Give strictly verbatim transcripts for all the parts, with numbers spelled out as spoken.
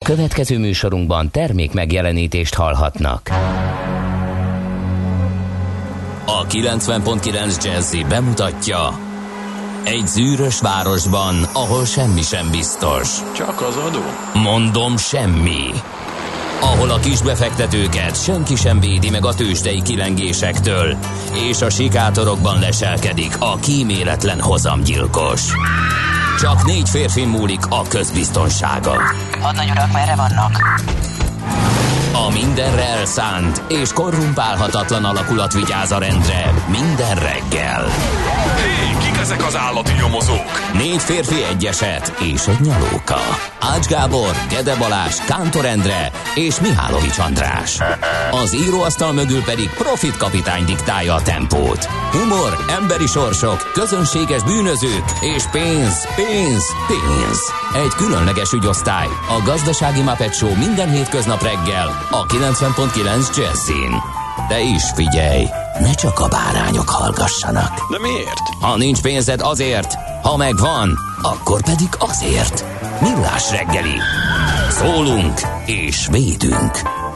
Következő műsorunkban termék megjelenítést hallhatnak. A kilencven pont kilenc Jazzy bemutatja: egy zűrös városban, ahol semmi sem biztos. Csak az adó? Mondom, semmi. Ahol a kisbefektetőket senki sem védi meg a tőzsdei kilengésektől, és a sikátorokban leselkedik a kíméletlen hozamgyilkos. Csak négy férfin múlik a közbiztonsága. Hadnagy urak, merre vannak? A mindenre elszánt és korrumpálhatatlan alakulat vigyáz a rendre minden reggel. Hé, kik ezek az állati nyomozók? Négy férfi, egy eset és egy nyalóka. Ács Gábor, Gede Balázs, Kántor Endre és Mihálovics András. Az íróasztal mögül pedig Profit kapitány diktálja a tempót. Humor, emberi sorsok, közönséges bűnözők és pénz, pénz, pénz. Egy különleges ügyosztály, a Gazdasági Muppet Show minden hétköznap reggel a kilencven pont kilenc Jazzin. De is figyelj, ne csak a bárányok hallgassanak. De miért? Ha nincs pénzed, azért, ha megvan, akkor pedig azért. Millás reggeli. Szólunk és védünk.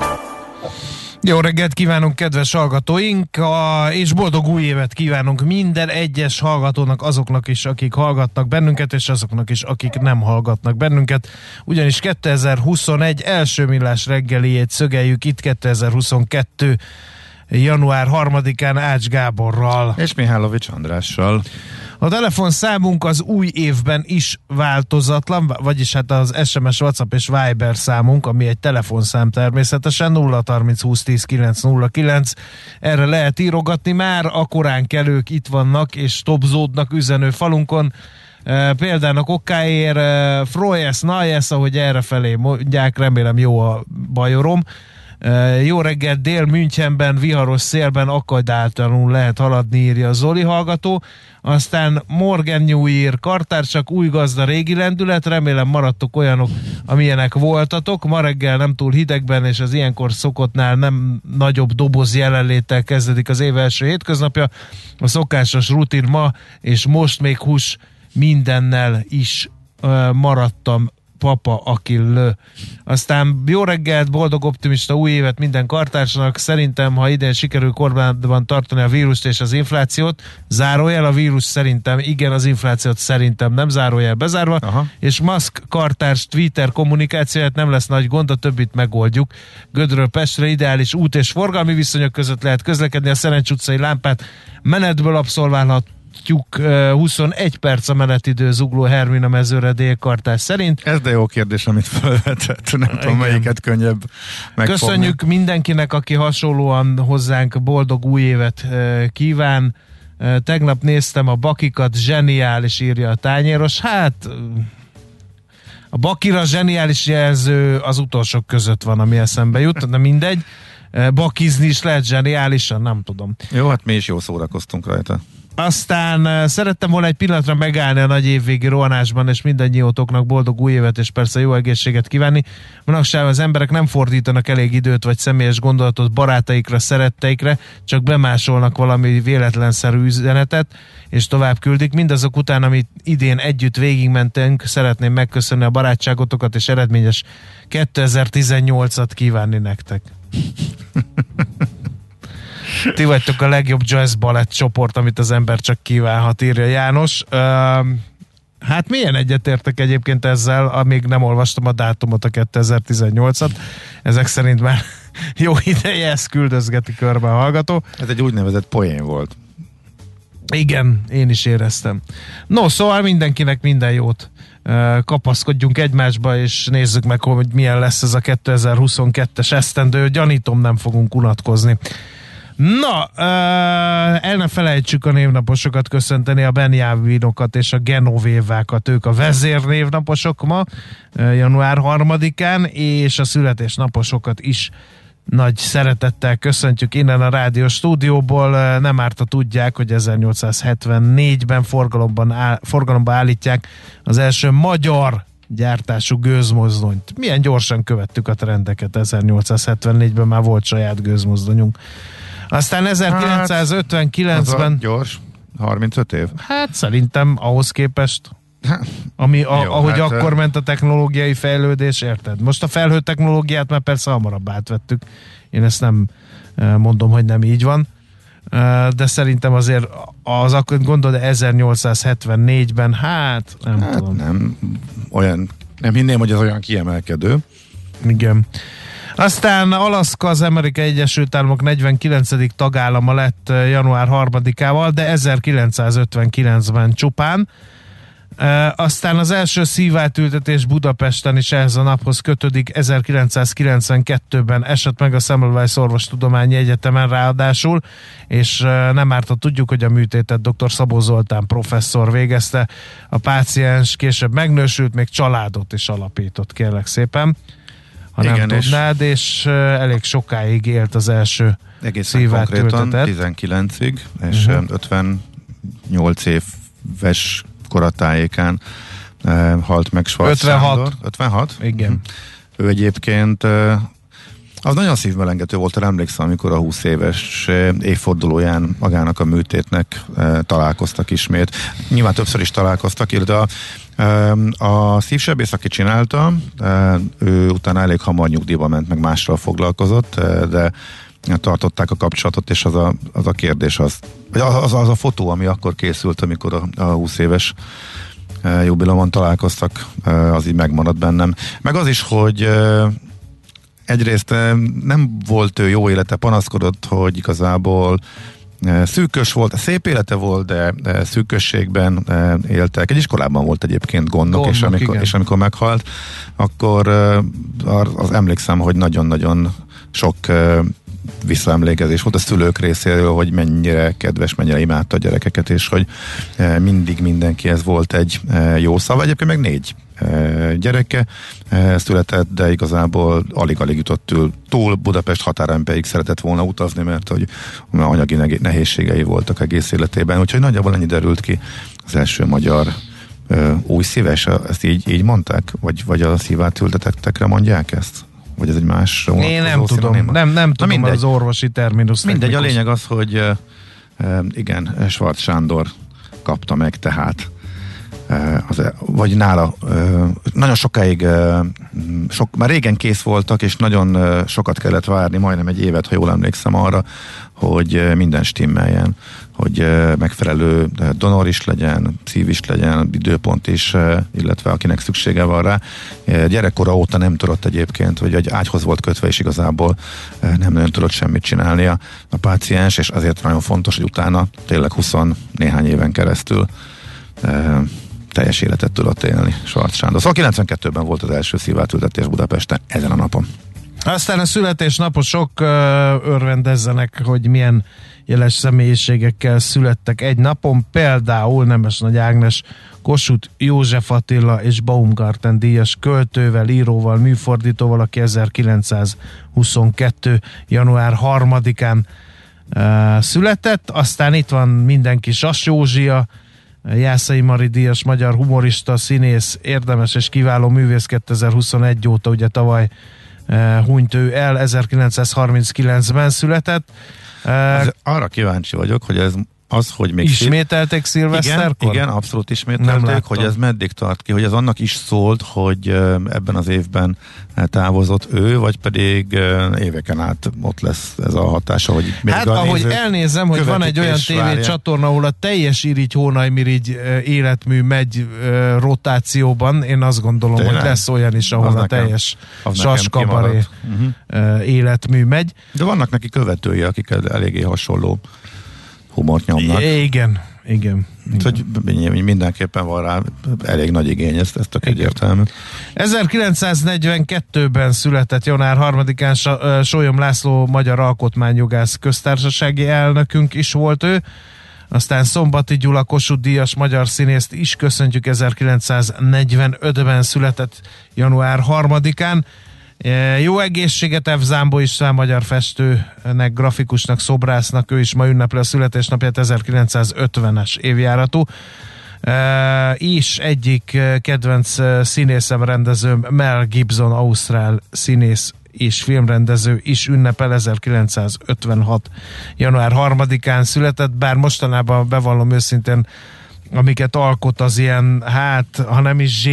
Jó reggelt kívánunk, kedves hallgatóink, a, és boldog új évet kívánunk minden egyes hallgatónak, azoknak is, akik hallgatnak bennünket, és azoknak is, akik nem hallgatnak bennünket. Ugyanis kétezer-huszonegy első Millás reggeliét szögeljük itt kétezer-huszonkettő január harmadikán Ács Gáborral. És Mihálovics Andrással. A telefonszámunk az új évben is változatlan, vagyis hát az es em es, WhatsApp és Viber számunk, ami egy telefonszám természetesen, nulla harminc húsz tíz kilenc nulla kilenc. Erre lehet írogatni, már a koránkelők itt vannak és topzódnak üzenő falunkon. E, például okáért e, Frojes, Najes, ahogy errefelé mondják, remélem jó a bajorom. Uh, jó reggelt, dél Münchenben, viharos szélben akadáltalanul lehet haladni, írja Zoli hallgató. Aztán Morgan New Year, kartársak, új gazda, régi lendület, remélem maradtok olyanok, amilyenek voltatok. Ma reggel nem túl hidegben, és az ilyenkor szokottnál nem nagyobb doboz jelenléttel kezdődik az év első hétköznapja. A szokásos rutin ma, és most még hús mindennel is uh, maradtam, papa, aki lő. Aztán jó reggelt, boldog optimista új évet minden kartársnak. Szerintem, ha idén sikerül kormányban tartani a vírust és az inflációt, zárójel a vírus szerintem, igen, az inflációt szerintem nem, zárójel bezárva, aha. És Musk kartárs Twitter kommunikációját nem lesz nagy gond, a többit megoldjuk. Gödről Pestre ideális út és forgalmi viszonyok között lehet közlekedni, a Szerencs utcai lámpát menetből abszolválhat huszonegy perc a menetidő Zugló Hermina mezőre délkartás szerint. Ez de jó kérdés, amit felvetett. Nem igen. tudom, melyiket könnyebb megfogni. Köszönjük mindenkinek, aki hasonlóan hozzánk boldog új évet kíván. Tegnap néztem a Bakikat, zseniális, írja a tányéros. Hát a Bakira zseniális jelző az utolsók között van, ami eszembe jut, de mindegy. Bakizni is lehet zseniálisan, nem tudom. Jó, hát mi is jól szórakoztunk rajta. Aztán uh, szerettem volna egy pillanatra megállni a nagy évvégi rohanásban, és mindannyiótoknak boldog új évet, és persze jó egészséget kívánni. Manapság az emberek nem fordítanak elég időt vagy személyes gondolatot barátaikra, szeretteikre, csak bemásolnak valami véletlenszerű üzenetet, és tovább küldik. Mindazok után, amit idén együtt végigmentünk, szeretném megköszönni a barátságotokat, és eredményes kétezer-tizennyolcat kívánni nektek. Ti vagytok a legjobb jazz balett csoport, amit az ember csak kívánhat, írja János. Uh, hát milyen egyetértek egyébként ezzel, amíg nem olvastam a dátumot, a kétezer-tizennyolcat. Ezek szerint már jó ideje, ezt küldözgeti körbe a hallgató. Ez egy úgynevezett poén volt. Igen, én is éreztem. No, szóval mindenkinek minden jót. Uh, kapaszkodjunk egymásba, és nézzük meg, hogy milyen lesz ez a kétezer-huszonkettes esztendő. Gyanítom, nem fogunk unatkozni. Na, uh, el ne felejtsük a névnaposokat köszönteni, a Benjaminokat és a Genovévákat, ők a vezérnévnaposok ma, uh, január harmadikán, és a születésnaposokat is nagy szeretettel köszöntjük innen a rádió stúdióból. Uh, nem árt, ha tudják, hogy ezernyolcszázhetvennégyben forgalomban áll, forgalomba állítják az első magyar gyártású gőzmozdonyt. Milyen gyorsan követtük a trendeket, ezernyolcszázhetvennégyben már volt saját gőzmozdonyunk. Aztán ezerkilencszázötvenkilencben... Hát, gyors, harmincöt év? Hát szerintem ahhoz képest Ami a, Jó, ahogy hát, akkor ment a technológiai fejlődés, érted? Most a felhő technológiát már persze hamarabb átvettük. Én ezt nem mondom, hogy nem így van. De szerintem azért az akkor gondolod ezernyolcszázhetvennégyben, hát nem hát tudom. Nem, olyan, nem hinném, hogy ez olyan kiemelkedő. Igen. Aztán Alaszka az Amerikai Egyesült Államok negyvenkilencedik tagállama lett január harmadikával, de ezerkilencszázötvenkilencben csupán. E, aztán az első szívátültetés Budapesten is ehhez a naphoz kötődik, ezerkilencszázkilencvenkettőben esett meg a Semmelweis Orvostudományi Egyetemen ráadásul, és e, nem árt, ha tudjuk, hogy a műtétet dr. Szabó Zoltán professzor végezte. A páciens később megnősült, még családot is alapított, kérlek szépen, ha igen, nem tudnád, és, és elég sokáig élt az első egészen konkrétan tizenkilencig, és uh-huh. ötvennyolc éves koratájékán uh, halt meg Schwarz ötvenhat. Sándor. ötvenhat? Igen. Uh-huh. Ő egyébként uh, az nagyon szívmelengető volt, emlékszem, amikor a húsz éves évfordulóján magának a műtétnek uh, találkoztak ismét. Nyilván többször is találkoztak, illetve a A szívsebész, aki csinálta, ő utána elég hamar nyugdíjba ment, meg mással foglalkozott, de tartották a kapcsolatot, és az a, az a kérdés az, vagy az, az a fotó, ami akkor készült, amikor a, a húsz éves jubileumon találkoztak, az így megmaradt bennem. Meg az is, hogy egyrészt nem volt ő jó élete, panaszkodott, hogy igazából szűkös volt, szép élete volt, de szűkösségben éltek. Egy iskolában volt egyébként gondok, gondok és, amikor, és amikor meghalt, akkor az emlékszem, hogy nagyon-nagyon sok visszaemlékezés volt a szülők részéről, hogy mennyire kedves, mennyire imádta a gyerekeket, és hogy mindig mindenkihez volt egy jó szava. Egyébként meg négy gyereke született, de igazából alig-alig jutott túl Budapest határán, pedig szeretett volna utazni, mert hogy anyagi nehézségei voltak egész életében, úgyhogy nagyjából ennyi derült ki az első magyar új szíves, ezt így, így mondták? Vagy, vagy a szívátültetettekre mondják ezt? Vagy ez egy más? Én nem tudom, nem, nem tudom mindegy. Az orvosi terminus. Mindegy, technikus. A lényeg az, hogy igen, Schwarz Sándor kapta meg tehát Az, vagy nála nagyon sokáig sok, már régen kész voltak, és nagyon sokat kellett várni, majdnem egy évet, ha jól emlékszem arra, hogy minden stimmeljen, hogy megfelelő donor is legyen, szív is legyen, időpont is, illetve akinek szüksége van rá. Gyerekkora óta nem tudott egyébként, vagy egy ágyhoz volt kötve, és igazából nem nagyon tudott semmit csinálni a, a páciens, és azért nagyon fontos, hogy utána tényleg húsz néhány éven keresztül teljes életet tudott élni Schwarz Sándor. Szóval kilencvenkettőben volt az első szívátültetés Budapesten ezen a napon. Aztán a születésnaposok uh, örvendezzenek, hogy milyen jeles személyiségekkel születtek egy napon, például Nemes Nagy Ágnes, Kossuth József Attila és Baumgarten díjas költővel, íróval, műfordítóval, aki ezerkilencszázhuszonkettő. január harmadikán uh, született. Aztán itt van mindenki, Sas Józsia, Jászai Mari díjas magyar humorista, színész, érdemes és kiváló művész, kétezer-huszonegy óta, ugye tavaly uh, hunyt ő el, ezerkilencszázharminckilencben született. Uh, arra kíváncsi vagyok, hogy ez az, hogy még ismételték szilveszterkor? Igen, igen, abszolút ismételték, hogy ez meddig tart ki, hogy ez annak is szólt, hogy ebben az évben távozott ő, vagy pedig éveken át ott lesz ez a hatása, hogy még hát ahogy elnézem, hogy van egy olyan tévécsatorna, ahol a teljes Irigy-Hónaj-Mirigy életmű megy rotációban, én azt gondolom, tényleg? Hogy lesz olyan is, ahol az a nekem, teljes Saskabaré uh-huh. életmű megy. De vannak neki követői, akik eléggé hasonló humort nyomnak. Igen, igen. Hogy mindenképpen van rá elég nagy igény, ezt, ezt tök egyértelmű. ezerkilencszáznegyvenkettőben született január harmadikán Sólyom László magyar alkotmányjogász köztársasági elnökünk is volt ő. Aztán Szombati Gyula Kossuth díjas magyar színészt is köszöntjük, ezerkilencszáznegyvenötben született január harmadikán. Jó egészséget F. Zámbó István, magyar festőnek, grafikusnak, szobrásznak, ő is ma ünnepli a születésnapját, ezerkilencszázötvenes évjáratú. És egyik kedvenc színészem, rendezőm, Mel Gibson, ausztrál színész és filmrendező is ünnepel, ezerkilencszázötvenhat. január harmadikán született, bár mostanában bevallom őszintén amiket alkot az ilyen, hát, ha nem is Z,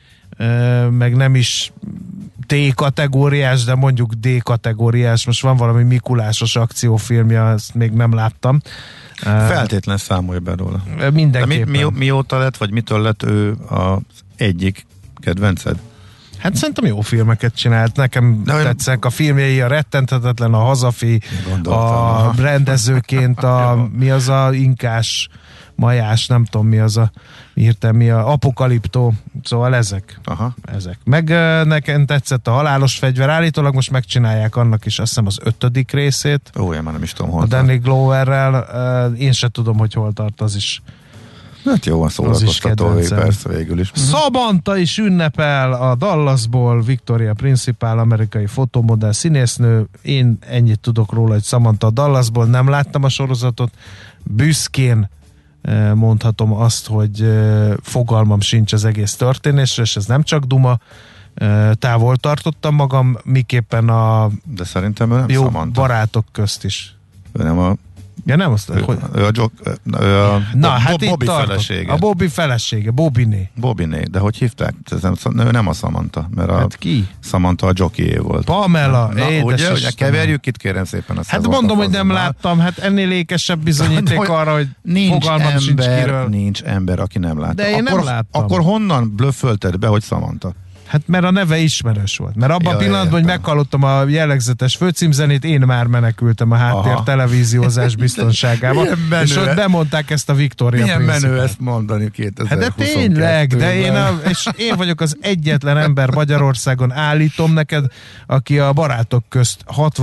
meg nem is T kategóriás, de mondjuk D kategóriás. Most van valami Mikulásos akciófilmje, ezt még nem láttam. Feltétlen számolj be róla. Mindenképpen. Mi, mi, mióta lett, vagy mitől lett ő az egyik kedvenced? Hát szerintem jó filmeket csinált. Nekem de tetszenek a filmjei, a Rettenthetetlen, a Hazafi, a rendezőként, a, mi az a inkás, majás, nem tudom mi az a írtam, mi a Apokaliptó, szóval ezek. Aha. ezek. Meg nekem tetszett a Halálos fegyver, állítólag most megcsinálják annak is, azt hiszem az ötödik részét. Ó, én már nem is tudom, hol a Danny Gloverrel, én se tudom, hogy hol tart, az is. Hát jó, van szórakoztató, persze végül is. Samantha is ünnepel a Dallasból, Victoria Principal, amerikai fotomodell, színésznő. Én ennyit tudok róla, hogy Samantha a Dallasból, nem láttam a sorozatot. Büszkén mondhatom azt, hogy fogalmam sincs az egész történésre, és ez nem csak duma. Távol tartottam magam, miképpen a de szerintem ő nem jó Samantha. Barátok közt is. Ő nem a Ja, nem azt, ő, hogy... ő a, Jok, ő a Na, Bo, hát Bo, itt Bobby tartott. felesége. A Bobby felesége, Bobiné. Bobiné, de hogy hívták? Ez nem, ő nem a Samantha, mert a Hát ki? Samantha a jockeyé volt. Pamela, Na, édes ugye, ugye, Istenem. keverjük itt kérem szépen a Hát mondom, hogy nem láttam, hát ennél ékesebb bizonyíték arra, hogy nincs fogalmam ember, sincs kiről. nincs ember, aki nem látta. De én akkor, nem láttam. Akkor honnan blöffölted be, hogy Samantha? Hát mert a neve ismerős volt. Mert abban Ja, a pillanatban, hogy értem. meghallottam a jellegzetes főcímzenét, én már menekültem a háttér Aha. televíziózás biztonságába. És ott bemondták ezt a Victoria Milyen Principal. menő ezt mondani kétezer-huszonkettőben. Hát de tényleg, de én, a, és én vagyok az egyetlen ember Magyarországon, állítom neked, aki a Barátok közt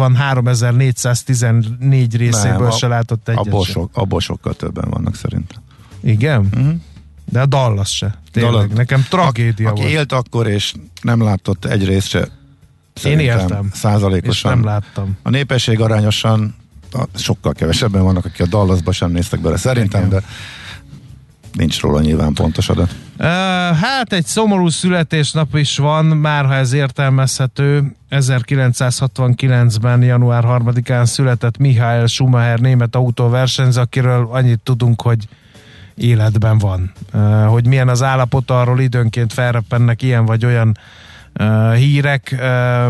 hatvanháromezer-négyszáztizennégy részéből Nem, se látott egyet abból, sem. sok, abból sokkal többen vannak szerintem. Igen? Uh-huh. De a Dallas se. Tényleg, Dallas. nekem tragédia Aki volt. élt akkor, és nem látott egy részt se, Én szerintem éltem. százalékosan. És nem láttam. A népesség arányosan sokkal kevesebben vannak, akik a Dallasba sem néztek bele szerintem, Igen. de nincs róla nyilván pontos adat. Uh, hát egy szomorú születésnap is van, már ha ez értelmezhető. ezerkilencszázhatvankilencben január harmadikán született Michael Schumacher, német autóversenyző, akiről annyit tudunk, hogy életben van. Uh, hogy milyen az állapot, arról időnként felreppennek ilyen vagy olyan uh, hírek. Uh,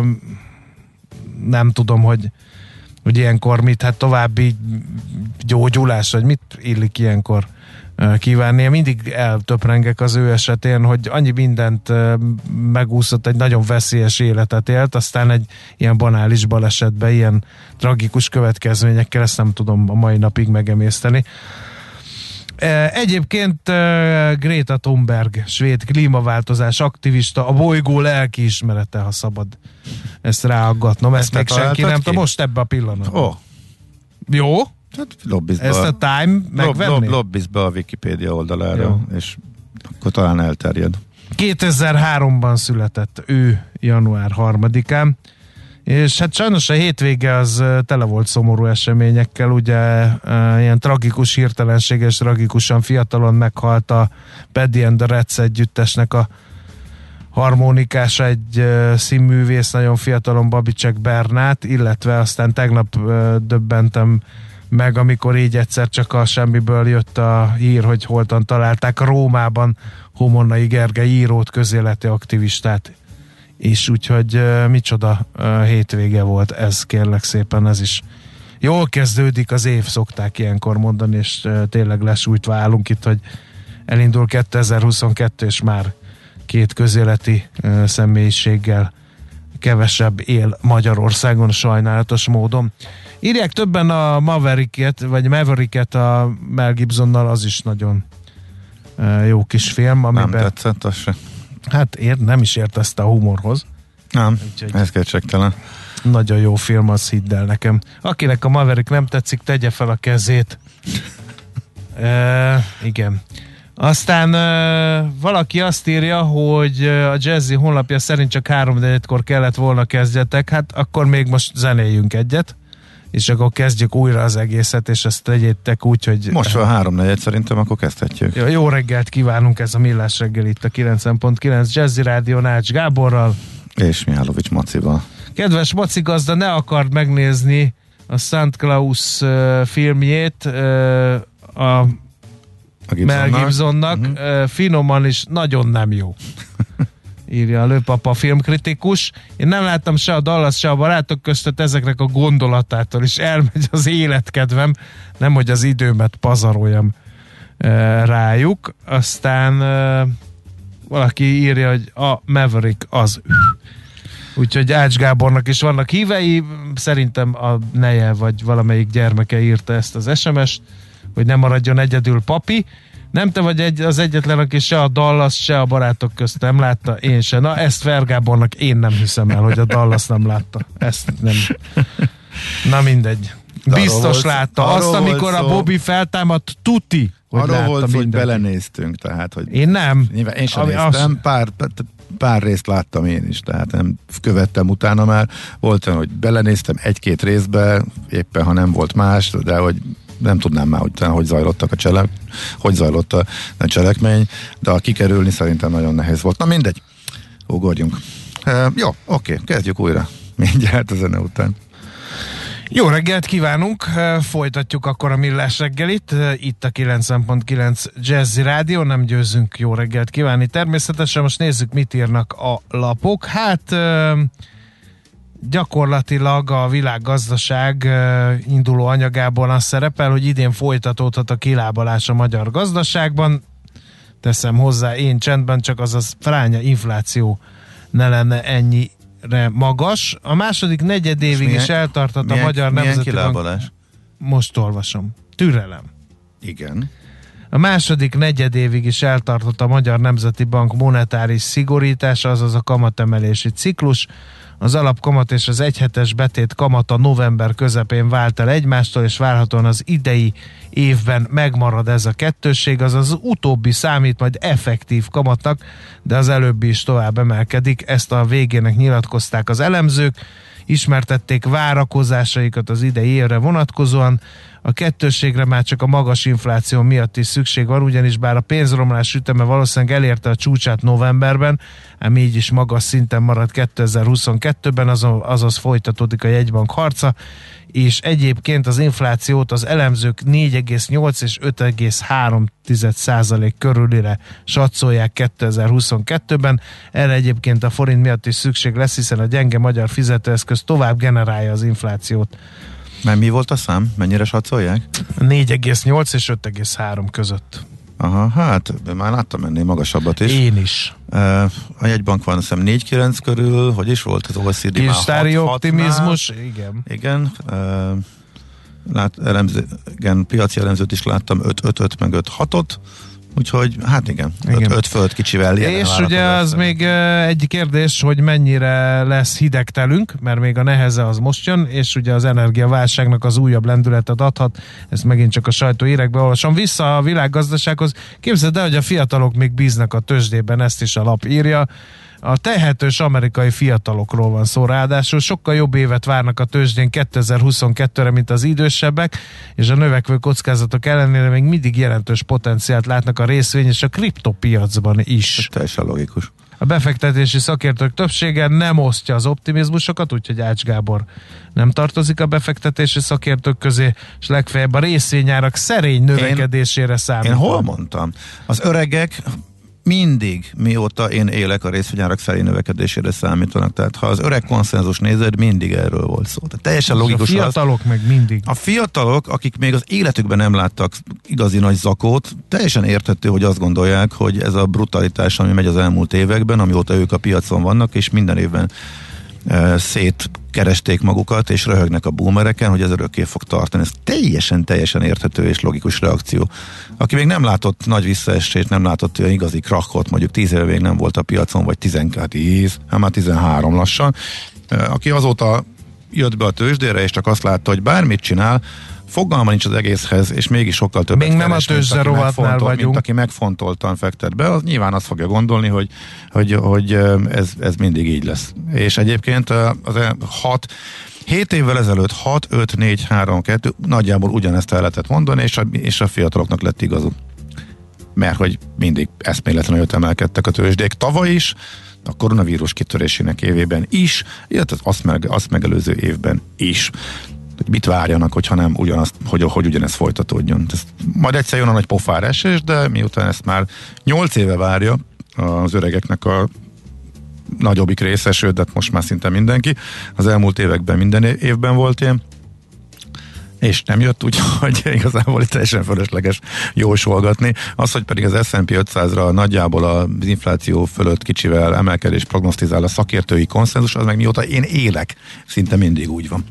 nem tudom, hogy, hogy ilyenkor mit, hát további gyógyulás, vagy mit illik ilyenkor uh, kívánni. Én mindig eltöprengek az ő esetén, hogy annyi mindent uh, megúszott, egy nagyon veszélyes életet élt, aztán egy ilyen banális balesetben, ilyen tragikus következményekkel, ezt nem tudom a mai napig megemészteni. Egyébként Greta Thunberg, svéd klímaváltozás aktivista, a bolygó lelkiismerete, ha szabad ezt ráaggatnom. Ezt, ezt még senki nem tudja, most ebbe a pillanatban. Ó. Oh. Jó? Hát lobbizd ezt be, a Time megvenni? Lob, lob, lobbizd be a Wikipédia oldalára, jó. És akkor talán elterjed. kétezer-háromban született ő január harmadikán, és hát sajnos a hétvége az tele volt szomorú eseményekkel, ugye ilyen tragikus hirtelenséges, tragikusan fiatalon meghalt a Paddy and the Reds együttesnek a harmonikása, egy színművész, nagyon fiatalon, Babicek Bernát, illetve aztán tegnap döbbentem meg, amikor így egyszer csak a semmiből jött a hír, hogy holtan találták Rómában Homonnai Gergely írót, közéleti aktivistát. És úgyhogy uh, micsoda uh, hétvége volt ez, kérlek szépen, ez is jól kezdődik az év, szokták ilyenkor mondani, és uh, tényleg lesújtva állunk itt, hogy elindul kétezer-huszonkettő, és már két közéleti uh, személyiséggel kevesebb él Magyarországon sajnálatos módon. Írják többen a Mavericket, vagy Mavericket a Mel Gibsonnal, az is nagyon uh, jó kis film, amiben... Nem tetszett, az se. Hát ér, nem is értezte a humorhoz. Nem, úgyhogy ez kétségtelen. nagyon jó film, az hidd el nekem. Akinek a Maverick nem tetszik, tegye fel a kezét. e, igen. Aztán e, valaki azt írja, hogy a Jazzy honlapja szerint csak három negyedkor kellett volna kezdjetek, hát akkor még most zenéljünk egyet, és akkor kezdjük újra az egészet, és ezt tegyétek úgy, hogy... Most van háromnegyed, szerintem akkor kezdhetjük. Jó, jó reggelt kívánunk, ez a Millás reggel itt a kilencven pont kilenc Jazzy Rádió Ács Gáborral. És Mihálovics Macival. Kedves Maci gazda, ne akard megnézni a Szent Claus uh, filmjét, uh, a Gibsonnak. Mel Gibsonnak, uh-huh. finoman is nagyon nem jó. Írja a Lőpapa filmkritikus. Én nem láttam se a Dallas, se a Barátok között, ezeknek a gondolatától is elmegy az életkedvem, nem hogy az időmet pazaroljam rájuk. Aztán valaki írja, hogy a Maverick az. Úgyhogy Ács Gábornak is vannak hívei, szerintem a neje vagy valamelyik gyermeke írta ezt az es em est, hogy ne maradjon egyedül papi. Nem te vagy egy, az egyetlen, aki se a Dallas, se a Barátok közt nem látta, én se. Na, ezt Fer Gábornak én nem hiszem el, hogy a Dallas nem látta. Ezt nem. Na mindegy. Biztos látta. Azt, amikor a Bobby feltámadt, tuti, hogy arról látta volt, mindenki. hogy belenéztünk, tehát, hogy én nem. Nyilván én sem Ami néztem, az... pár, pár részt láttam én is, tehát nem követtem utána már. Volt olyan, hogy belenéztem egy-két részbe, éppen ha nem volt más, de hogy nem tudnám már, hogy, hogy zajlottak a cselek, hogy zajlott a, a cselekmény, de a kikerülni szerintem nagyon nehéz volt. Na mindegy, ugorjunk. E, jó, oké, kezdjük újra. Mindjárt a zene után. Jó reggelt kívánunk, folytatjuk akkor a Millás reggelit, itt a kilencven pont kilenc Jazzy Rádió, nem győzünk jó reggelt kívánni. Természetesen most nézzük, mit írnak a lapok. Hát gyakorlatilag a világgazdaság induló anyagában az szerepel, hogy idén folytatódhat a kilábalás a magyar gazdaságban. Teszem hozzá én csendben, csak az az fránya infláció ne lenne ennyi magas. A második negyedévig is eltartott a Magyar Nemzeti Bank. Most olvasom. Türelem. Igen. A második negyedévig is eltartott a Magyar Nemzeti Bank monetáris szigorítása, azaz a kamatemelési ciklus. Az alapkamat és az egyhetes betét kamata november közepén vált el egymástól, és várhatóan az idei évben megmarad ez a kettősség, azaz az utóbbi számít majd effektív kamatnak, de az előbbi is tovább emelkedik. Ezt a végének nyilatkozták az elemzők, ismertették várakozásaikat az idei évre vonatkozóan. A kettősségre már csak a magas infláció miatt is szükség van, ugyanis bár a pénzromlás üteme valószínűleg elérte a csúcsát novemberben, ám így is magas szinten marad kétezer-huszonkettőben, azaz folytatódik a jegybank harca, és egyébként az inflációt az elemzők négy egész nyolc és öt egész három százalék körülire satszolják kétezer-huszonkettőben. Erre egyébként a forint miatt is szükség lesz, hiszen a gyenge magyar fizetőeszköz tovább generálja az inflációt. Mert mi volt a szám? Mennyire satszolják? négy egész nyolc és öt egész három között. Aha, hát már láttam ennél magasabbat is. Én is. Uh, a jegybank van, azt hiszem négy egész kilenc körül, hogy is volt az o e cé dé? Kistári optimizmus, igen. Igen. Uh, lát, elemző, igen, piaci elemzőt is láttam, öt öt öt meg öt hatot. Úgyhogy, hát igen, öt föld kicsivel. És ugye az még egy kérdés, hogy mennyire lesz hidegtelünk, mert még a neheze az most jön, és ugye az energiaválságnak az újabb lendületet adhat, ezt megint csak a sajtóírekbe olvasom. Vissza a világgazdasághoz, képzeld el, hogy a fiatalok még bíznak a tőzsdében, ezt is a lap írja. A tehetős amerikai fiatalokról van szó, ráadásul sokkal jobb évet várnak a tőzsdén kétezer-huszonkettőre, mint az idősebbek, és a növekvő kockázatok ellenére még mindig jelentős potenciált látnak a részvény és a kriptopiacban is. Ez teljesen logikus. A befektetési szakértők többsége nem osztja az optimizmusokat, úgyhogy Ács Gábor nem tartozik a befektetési szakértők közé, és legfeljebb a részvényárak szerény növekedésére számít. Én hol mondtam? Az öregek mindig, mióta én élek, a részvényárak szerény növekedésére számítanak. Tehát ha az öreg konszenzus nézed, mindig erről volt szó. Tehát teljesen logikus. A fiatalok az, meg mindig. A fiatalok, akik még az életükben nem láttak igazi nagy zakót, teljesen érthető, hogy azt gondolják, hogy ez a brutalitás, ami megy az elmúlt években, amióta ők a piacon vannak, és minden évben e, szétkeresték magukat, és röhögnek a boomereken, hogy ez örökké fog tartani. Ez teljesen, teljesen érthető és logikus reakció. Aki még nem látott nagy visszaesést, nem látott olyan igazi krachot, mondjuk tíz éve még nem volt a piacon, vagy tizenkettő, hát már tizenhárom lassan, aki azóta jött be a tőzsdére, és csak azt látta, hogy bármit csinál, fogalma nincs az egészhez, és mégis sokkal többet még keres, nem a tőzsde rovatnál vagyunk. Mint aki megfontoltan fektet be, az nyilván azt fogja gondolni, hogy, hogy, hogy ez, ez mindig így lesz. És egyébként az hat hét évvel ezelőtt hat, öt, négy, három, kettő nagyjából ugyanezt el lehetett mondani, és a, és a fiataloknak lett igazuk. Mert hogy mindig eszméletlenül jött emelkedtek a tőzsdék. Tavaly is, a koronavírus kitörésének évében is, illetve azt, meg, azt megelőző évben is. hogy mit várjanak, hogyha nem ugyanazt, hogy, hogy ugyanez folytatódjon. Ez majd egyszer jön a nagy pofár esés, de miután ezt már nyolc éve várja az öregeknek a nagyobbik része, sőt, de most már szinte mindenki. Az elmúlt években minden évben volt ilyen, és nem jött, úgyhogy igazából itt teljesen fölösleges jósolgatni. Az, hogy pedig az es and pé ötszázra nagyjából az infláció fölött kicsivel emelkedés prognosztizál a szakértői konszenzus, az meg mióta én élek, szinte mindig úgy van.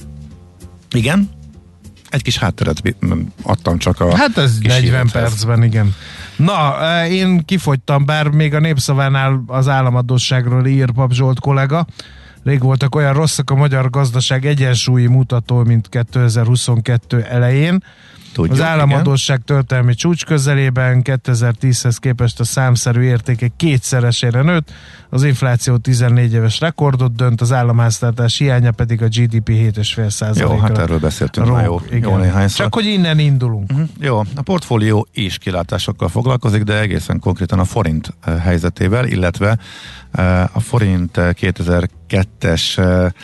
Igen? Egy kis hátteret adtam csak a... Hát ez negyven percben, igen. Na, én kifogytam, bár még a Népszavánál az államadósságról ír Pap Zsolt kollega. Rég voltak olyan rosszak a magyar gazdaság egyensúlyi mutató, mint kétezer-huszonkettő elején. Tudjuk, az államadósság történelmi csúcs közelében kétezer-tízhez képest a számszerű értéke kétszeresére nőtt, az infláció tizennégy éves rekordot dönt, az államháztartás hiánya pedig a gé dé pé hét egész öt százalékra. Jó, hát erről beszéltünk már jó, jó néhányszor. Csak hogy innen indulunk. Uh-huh. Jó, a portfólió is kilátásokkal foglalkozik, de egészen konkrétan a forint helyzetével, illetve a forint kétezer-kettes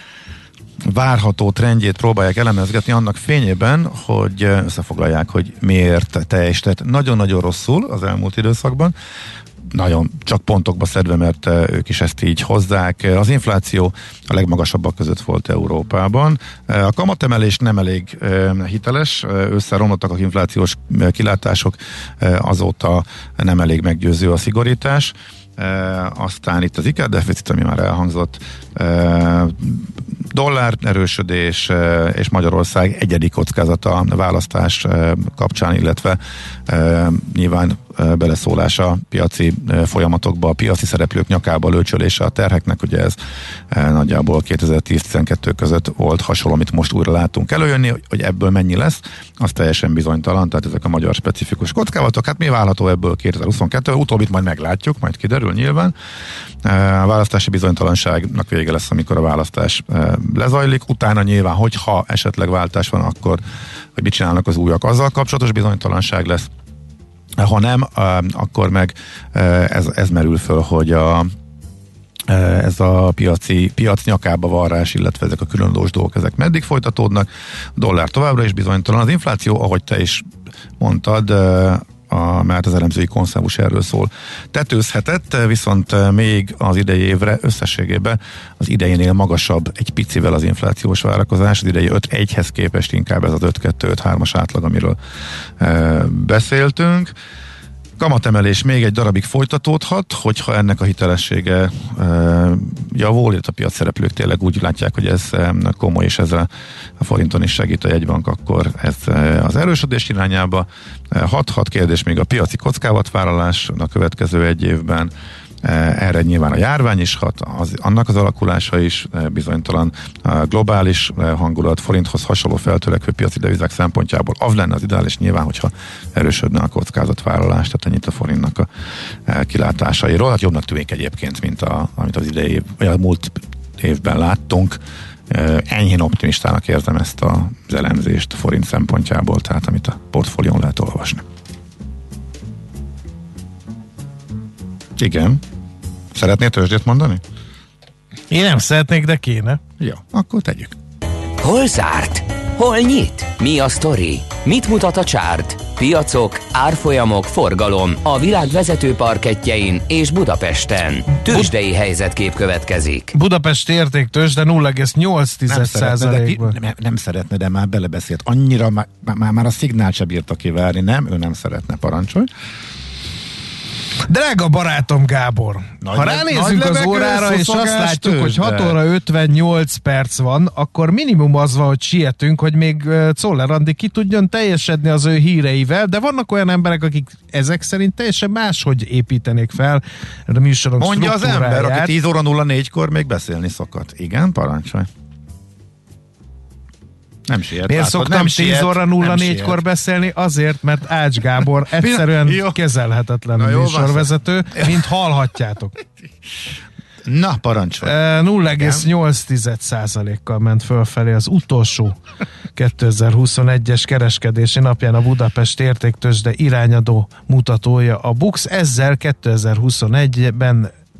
várható trendjét próbálják elemezgetni annak fényében, hogy összefoglalják, hogy miért teljesített nagyon-nagyon rosszul az elmúlt időszakban, nagyon csak pontokba szedve, mert ők is ezt így hozzák. Az infláció a legmagasabbak között volt Európában. A kamatemelés nem elég hiteles, összeromlottak az inflációs kilátások, azóta nem elég meggyőző a szigorítás. E, aztán itt az ikerdeficit, ami már elhangzott, e, dollár erősödés e, és Magyarország egyedi kockázata a választás e, kapcsán, illetve e, nyilván e, beleszólása piaci e, folyamatokba, a piaci szereplők nyakába lőcsölése a terheknek, ugye ez e, nagyjából kétezer-tíz-tizenkettő között volt hasonló, amit most újra látunk előjönni, hogy, hogy ebből mennyi lesz, az teljesen bizonytalan, tehát ezek a magyar specifikus kockázatok. Hát mi várható ebből kétezer-huszonkettő, utóbbit majd meglátjuk, majd kiderül nyilván. A választási bizonytalanságnak vége lesz, amikor a választás lezajlik. Utána nyilván, hogyha esetleg váltás van, akkor hogy mit csinálnak az újak, azzal kapcsolatos bizonytalanság lesz. Ha nem, akkor meg ez, ez merül föl, hogy a ez a piaci, piac nyakába varrás, illetve ezek a különadós dolgok, ezek meddig folytatódnak. A dollár továbbra is bizonytalan. Az infláció, ahogy te is mondtad, A, mert az elemzői konszenzus erről szól. Tetőzhetett, viszont még az idei évre összességében az idejénél magasabb egy picivel az inflációs várakozás, az idei öt egyhez képest inkább ez az öt kettő öt hármas átlag, amiről e, beszéltünk. Kamatemelés még egy darabig folytatódhat, hogyha ennek a hitelessége e, javul, illetve a piac szereplők tényleg úgy látják, hogy ez e, komoly, és ezzel a forinton is segít a jegybank, akkor ez e, az erősödés irányába e, hathat. Kérdés még a piaci kockázatvállalás a következő egy évben. Erre nyilván a járvány is hat, az, annak az alakulása is bizonytalan, globális hangulat, forinthoz hasonló feltörekvő piaci devizák szempontjából az lenne az ideális nyilván, hogyha erősödne a kockázatvállalás, tehát ennyit a forintnak a kilátásairól. Hát jobbnak tűnik egyébként, mint a, amit az idei év, vagy a múlt évben láttunk. Enyhén optimistának érzem ezt az elemzést a forint szempontjából, tehát amit a portfólión lehet olvasni. Igen. Szeretnél tőzsdét mondani? Én nem szeretnék, de kéne. Jó, akkor tegyük. Hol zárt? Hol nyit? Mi a sztori? Mit mutat a csárt? Piacok, árfolyamok, forgalom a világ vezető parkettjein és Budapesten. Tőzsdei helyzetkép következik. Budapest értéktőzsde nulla egész nyolc százalékban. Nem, nem szeretne, de már belebeszélt. Annyira, már, már, már a szignált sem bírta kivárni, nem? Ő nem szeretne, parancsolj. Drága barátom Gábor, nagy ha ránézzünk az órára, és azt látjuk, hogy hat óra ötvennyolc perc van, akkor minimum az van, hogy sietünk, hogy még Czoller Andi ki tudjon teljesedni az ő híreivel, de vannak olyan emberek, akik ezek szerint teljesen máshogy építenék fel a műsorunk mondja az ember, aki tíz óra nulla négykor még beszélni szokott. Igen, parancsolj. Nem siet. Miért látod, szoktam tíz óra nulla négykor beszélni? Azért, mert Ács Gábor egyszerűen kezelhetetlen műsorvezető, mint hallhatjátok. Na, parancsolj. nulla egész nyolc százalékkal ment fölfelé az utolsó kétezer-huszonegyes kereskedési napján a Budapest értéktőzsde irányadó mutatója a BUX. Ezzel kétezer-huszonegyben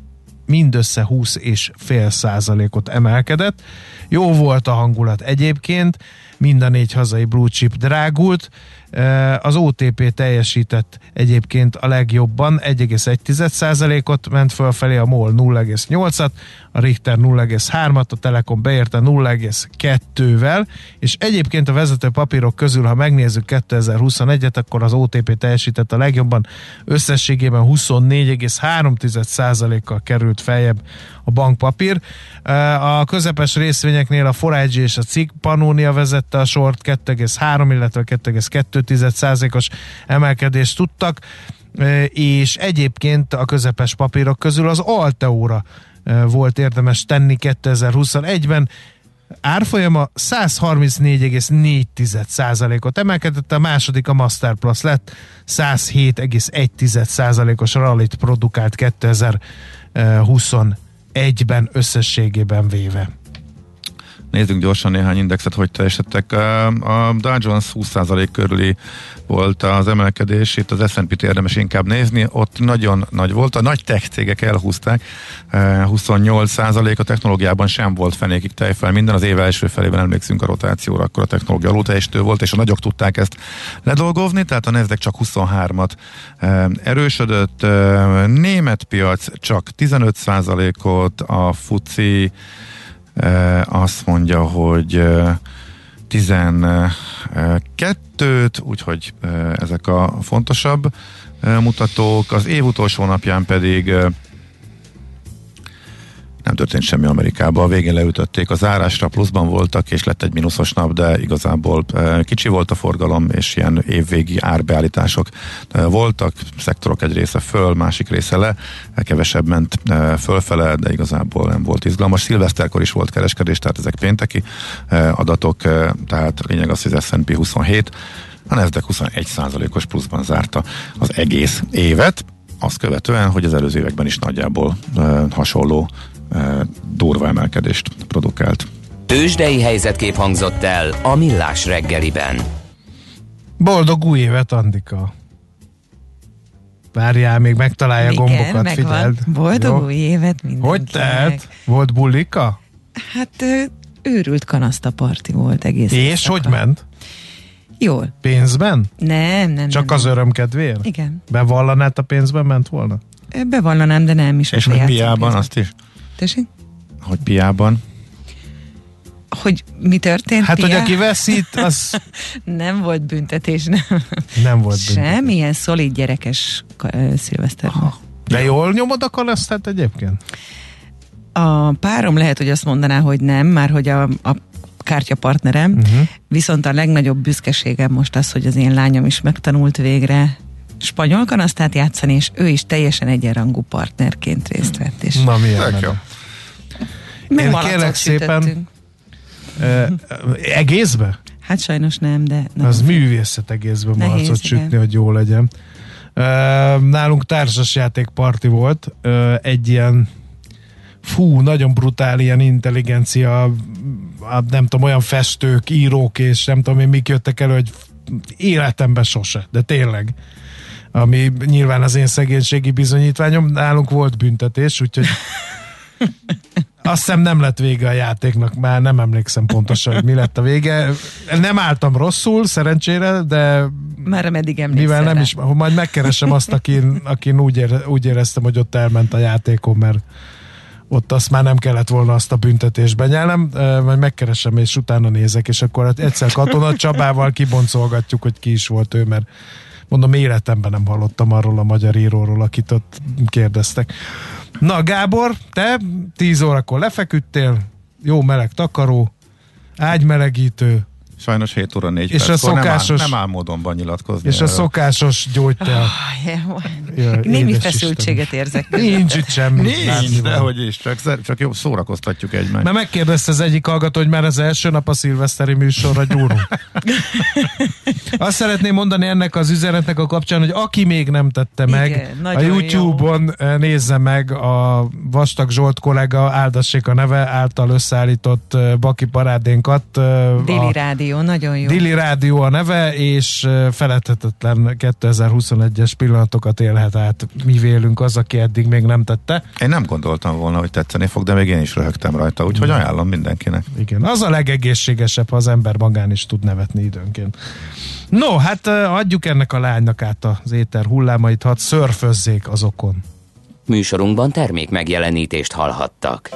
mindössze húsz egész öt százalékot emelkedett. Jó volt a hangulat egyébként, mind a négy hazai blue chip drágult, az o té pé teljesített egyébként a legjobban, egy egész egy százalékot ment fölfelé, a MOL nulla egész nyolcat, a Richter nulla egész hármat, a Telekom beérte nulla egész kettővel, és egyébként a vezető papírok közül, ha megnézzük kétezer-huszonegyet, akkor az o té pé teljesített a legjobban, összességében huszonnégy egész három százalékkal került feljebb a bankpapír. A közepes részvényeknél a Forage és a cé i gé Pannonia vezette a sort, kettő egész három, illetve kettő egész kettő százalékos emelkedést tudtak, és egyébként a közepes papírok közül az Alteóra volt érdemes tenni kétezer-huszonegyben, árfolyama száz harmincnégy egész négy százalékot emelkedett, a második a Masterplus lett, száz hét egész egy százalékos rallit produkált kétezer-huszonegyben összességében véve. Nézzük gyorsan néhány indexet, hogy teljesítettek. A Dow Jones húsz százalék körüli volt az emelkedés, itt az es and pé-t érdemes inkább nézni, ott nagyon nagy volt, a nagy tech cégek elhúzták, huszonnyolc százalék, a technológiában sem volt fenékig tejfel minden, az év első felében emlékszünk a rotációra, akkor a technológia alulteljesítő volt, és a nagyok tudták ezt ledolgozni, tehát a Nasdaq csak huszonhármat erősödött, német piac csak tizenöt százalékot, a fuci azt mondja, hogy tizenkettőt, úgyhogy ezek a fontosabb mutatók. Az év utolsó napján pedig nem történt semmi Amerikában. A végén leütötték a zárásra, pluszban voltak, és lett egy mínuszos nap, de igazából kicsi volt a forgalom, és ilyen évvégi árbeállítások voltak. Szektorok egy része föl, másik része le, kevesebb ment fölfele, de igazából nem volt izgalmas. Szilveszterkor is volt kereskedés, tehát ezek pénteki adatok, tehát lényeg az, hogy az es and pé huszonhét, a Nasdaq huszonegy százalékos pluszban zárta az egész évet, azt követően, hogy az előző években is nagyjából hasonló durva emelkedést produkált. Tőzsdei helyzetkép hangzott el a Millás reggeliben. Boldog új évet, Andika! Várjál, még megtalálja igen, gombokat, megvan. figyeld. Boldog Jó? új évet mindenkinek. Hogy telt? Volt bullika? Hát őrült kanasztaparti volt egész. És éjszaka. hogy ment? Jól. Pénzben? Nem, nem. Csak nem, az nem. öröm kedvéért? Igen. Bevallanád, a pénzben ment volna? Bevallanám, de nem is. És hogy piában azt is? Tessék? Hogy piában? Hogy mi történt? Hát, Pia? hogy aki veszít, az... nem volt büntetés, nem. Nem volt büntetés. Semmilyen szolid gyerekes uh, szilveszter. De jól nyomod a kanasztát egyébként? A párom lehet, hogy azt mondaná, hogy nem, már hogy a, a kártyapartnerem, uh-huh. viszont a legnagyobb büszkeségem most az, hogy az én lányom is megtanult végre spanyol kanasztát játszani, és ő is teljesen egyenrangú partnerként részt vett. És na, milyen jó. meg én malacot kérlek szépen sütöttünk. uh, egészbe? Hát sajnos nem, de... Az művészet egészben nehéz, malacot igen. sütni, hogy jó legyen. Uh, nálunk társasjátékparti volt, uh, egy ilyen fú, nagyon brutál ilyen intelligencia, nem tudom, olyan festők, írók és nem tudom én mik jöttek elő, hogy életemben sose, de tényleg. Ami nyilván az én szegénységi bizonyítványom, nálunk volt büntetés, úgyhogy azt hiszem nem lett vége a játéknak, már nem emlékszem pontosan, hogy mi lett a vége. Nem álltam rosszul, szerencsére, de már ameddig emlékszel mivel nem rá. is, majd megkeresem azt, akin, akin úgy, ére, úgy éreztem, hogy ott elment a játékom, mert ott azt már nem kellett volna azt a büntetést benyelnem, majd megkeresem, és utána nézek, és akkor egyszer Katona Csabával kiboncolgatjuk, hogy ki is volt ő, mert mondom, életemben nem hallottam arról a magyar íróról, akit ott kérdeztek. Na, Gábor, te tíz órakor lefeküdtél, jó meleg takaró, ágymelegítő, Sajnos hét óra négy és perckor a szokásos, nem, áll, nem álmodonban nyilatkozni. és erről. a szokásos gyógytel. Oh, Jaj, némi édes feszültséget Isten. érzek. Nincs itt semmi. Nincs, látni de van. hogy is, csak, csak jó, szórakoztatjuk egymást. Mert megkérdezte az egyik hallgató, hogy már az első nap a szilveszteri műsorra gyúrunk. Azt szeretném mondani ennek az üzenetnek a kapcsán, hogy aki még nem tette meg, igen, a YouTube-on jó. Nézze meg a Vastag Zsolt kollega, áldassék a neve, által összeállított Baki parádénkat. Déli a, Rádió Rádió, nagyon jó. Dili Rádió a neve, és feledhetetlen kétezer-huszonegyes pillanatokat élhet át. Mi vélünk az, aki eddig még nem tette. Én nem gondoltam volna, hogy tetszeni fog, de még én is röhögtem rajta, úgyhogy ajánlom mindenkinek. Igen, az a legegészségesebb, ha az ember magán is tud nevetni időnként. No, hát adjuk ennek a lánynak át az éter hullámait, hadd szörfözzék azokon. Műsorunkban termék megjelenítést hallhattak.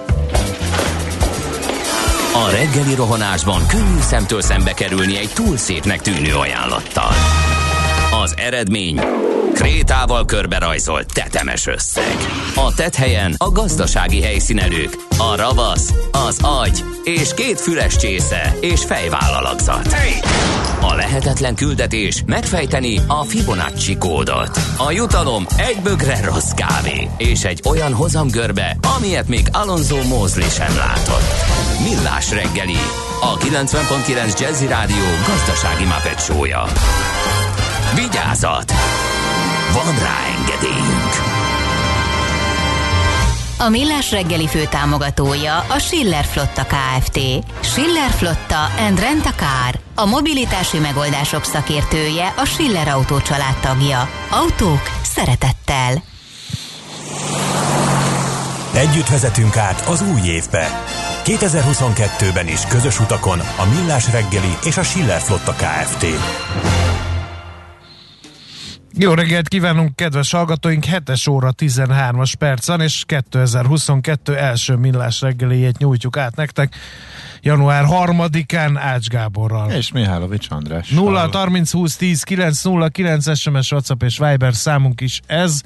A reggeli rohanásban könnyű szemtől szembe kerülni egy túl szépnek tűnő ajánlattal. Az eredmény krétával körberajzolt tetemes összeg. A tetthelyen a gazdasági helyszínelők, a ravasz, az agy és két füles csésze és fejvállalakzat. A lehetetlen küldetés megfejteni a Fibonacci kódot. A jutalom egy bögre rossz kávé és egy olyan hozamgörbe, amilyet még Alonso Mosley sem látott. Millás reggeli, a kilencven pont kilenc Jazzy Rádió gazdasági Muppet show-ja. Vigyázat! Van rá engedélyünk! A Millás reggeli főtámogatója a Schiller Flotta Kft. Schiller Flotta and Rent a Car. A mobilitási megoldások szakértője, a Schiller Autó család tagja. Autók szeretettel. Együtt vezetünk át az új évbe. kétezer-huszonkettőben is közös utakon a Millás reggeli és a Schiller Flotta Kft. Jó reggelt kívánunk, kedves hallgatóink! hetes óra tizenhármas percen, és kétezer-huszonkettő első Millás reggeléjét nyújtjuk át nektek január harmadikán Ács Gáborral. És Mihálovics András. nulla harminc húsz tíz kilenc nulla kilenc es em es, WhatsApp és Viber számunk is ez.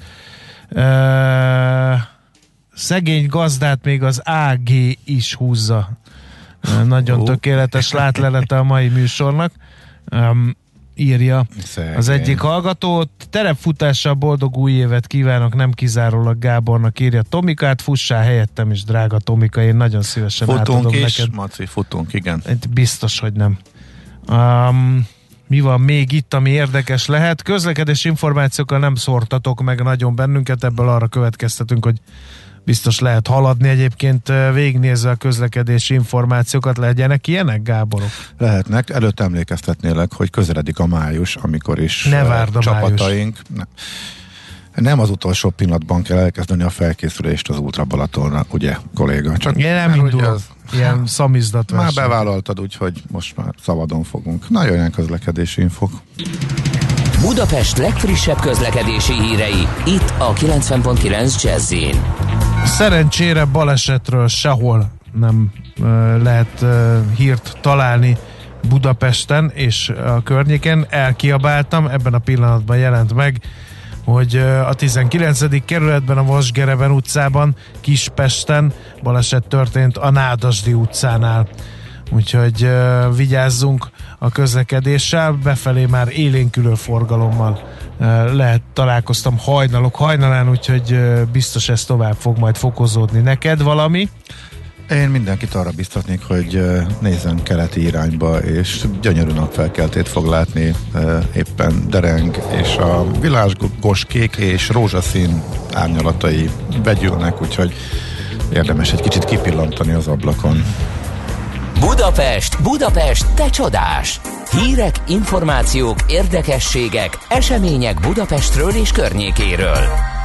Uh, szegény gazdát még az á gé is húzza. Uh, nagyon uh. tökéletes látlelete a mai műsornak. Um, írja Szegény. Az egyik hallgató. Terepfutással boldog új évet kívánok, nem kizárólag Gábornak, írja Tomikát, fussál helyettem is, drága Tomika, én nagyon szívesen futunk átadom is, neked. Maci, futunk, igen. Biztos, hogy nem. Um, mi van még itt, ami érdekes lehet? Közlekedés információkkal nem szórtatok meg nagyon bennünket, ebből arra következtetünk, hogy biztos lehet haladni. Egyébként végignézve a közlekedési információkat, legyenek ilyenek, Gáborok? Lehetnek. Előtt emlékeztetnélek, hogy közeledik a május, amikor is ne várd a csapataink... Nem. nem az utolsó pillanatban kell elkezdeni a felkészülést az Ultra Balatonra, ugye, kolléga? Csak én nem indul. Az... Ilyen szamizdat már bevállaltad, úgyhogy most már szabadon fogunk. Na, jöjjön közlekedési infok. Budapest legfrissebb közlekedési hírei, itt a kilencven pont kilenc Jazzin. Szerencsére balesetről sehol nem uh, lehet uh, hírt találni Budapesten és a környéken. Elkiabáltam, ebben a pillanatban jelent meg, hogy uh, a tizenkilencedik kerületben, a Vasgereben utcában, Kispesten baleset történt a Nádasdy utcánál. Úgyhogy uh, vigyázzunk a közlekedéssel, befelé már élénkülő forgalommal uh, lehet, találkoztam hajnalok hajnalán, úgyhogy uh, biztos ez tovább fog majd fokozódni. Neked valami? Én mindenkit arra biztatnék, hogy uh, nézzen keleti irányba, és gyönyörű napfelkeltét fog látni, uh, éppen dereng, és a világos kék és rózsaszín árnyalatai begyűlnek, úgyhogy érdemes egy kicsit kipillantani az ablakon. Budapest, Budapest, te csodás! Hírek, információk, érdekességek, események Budapestről és környékéről.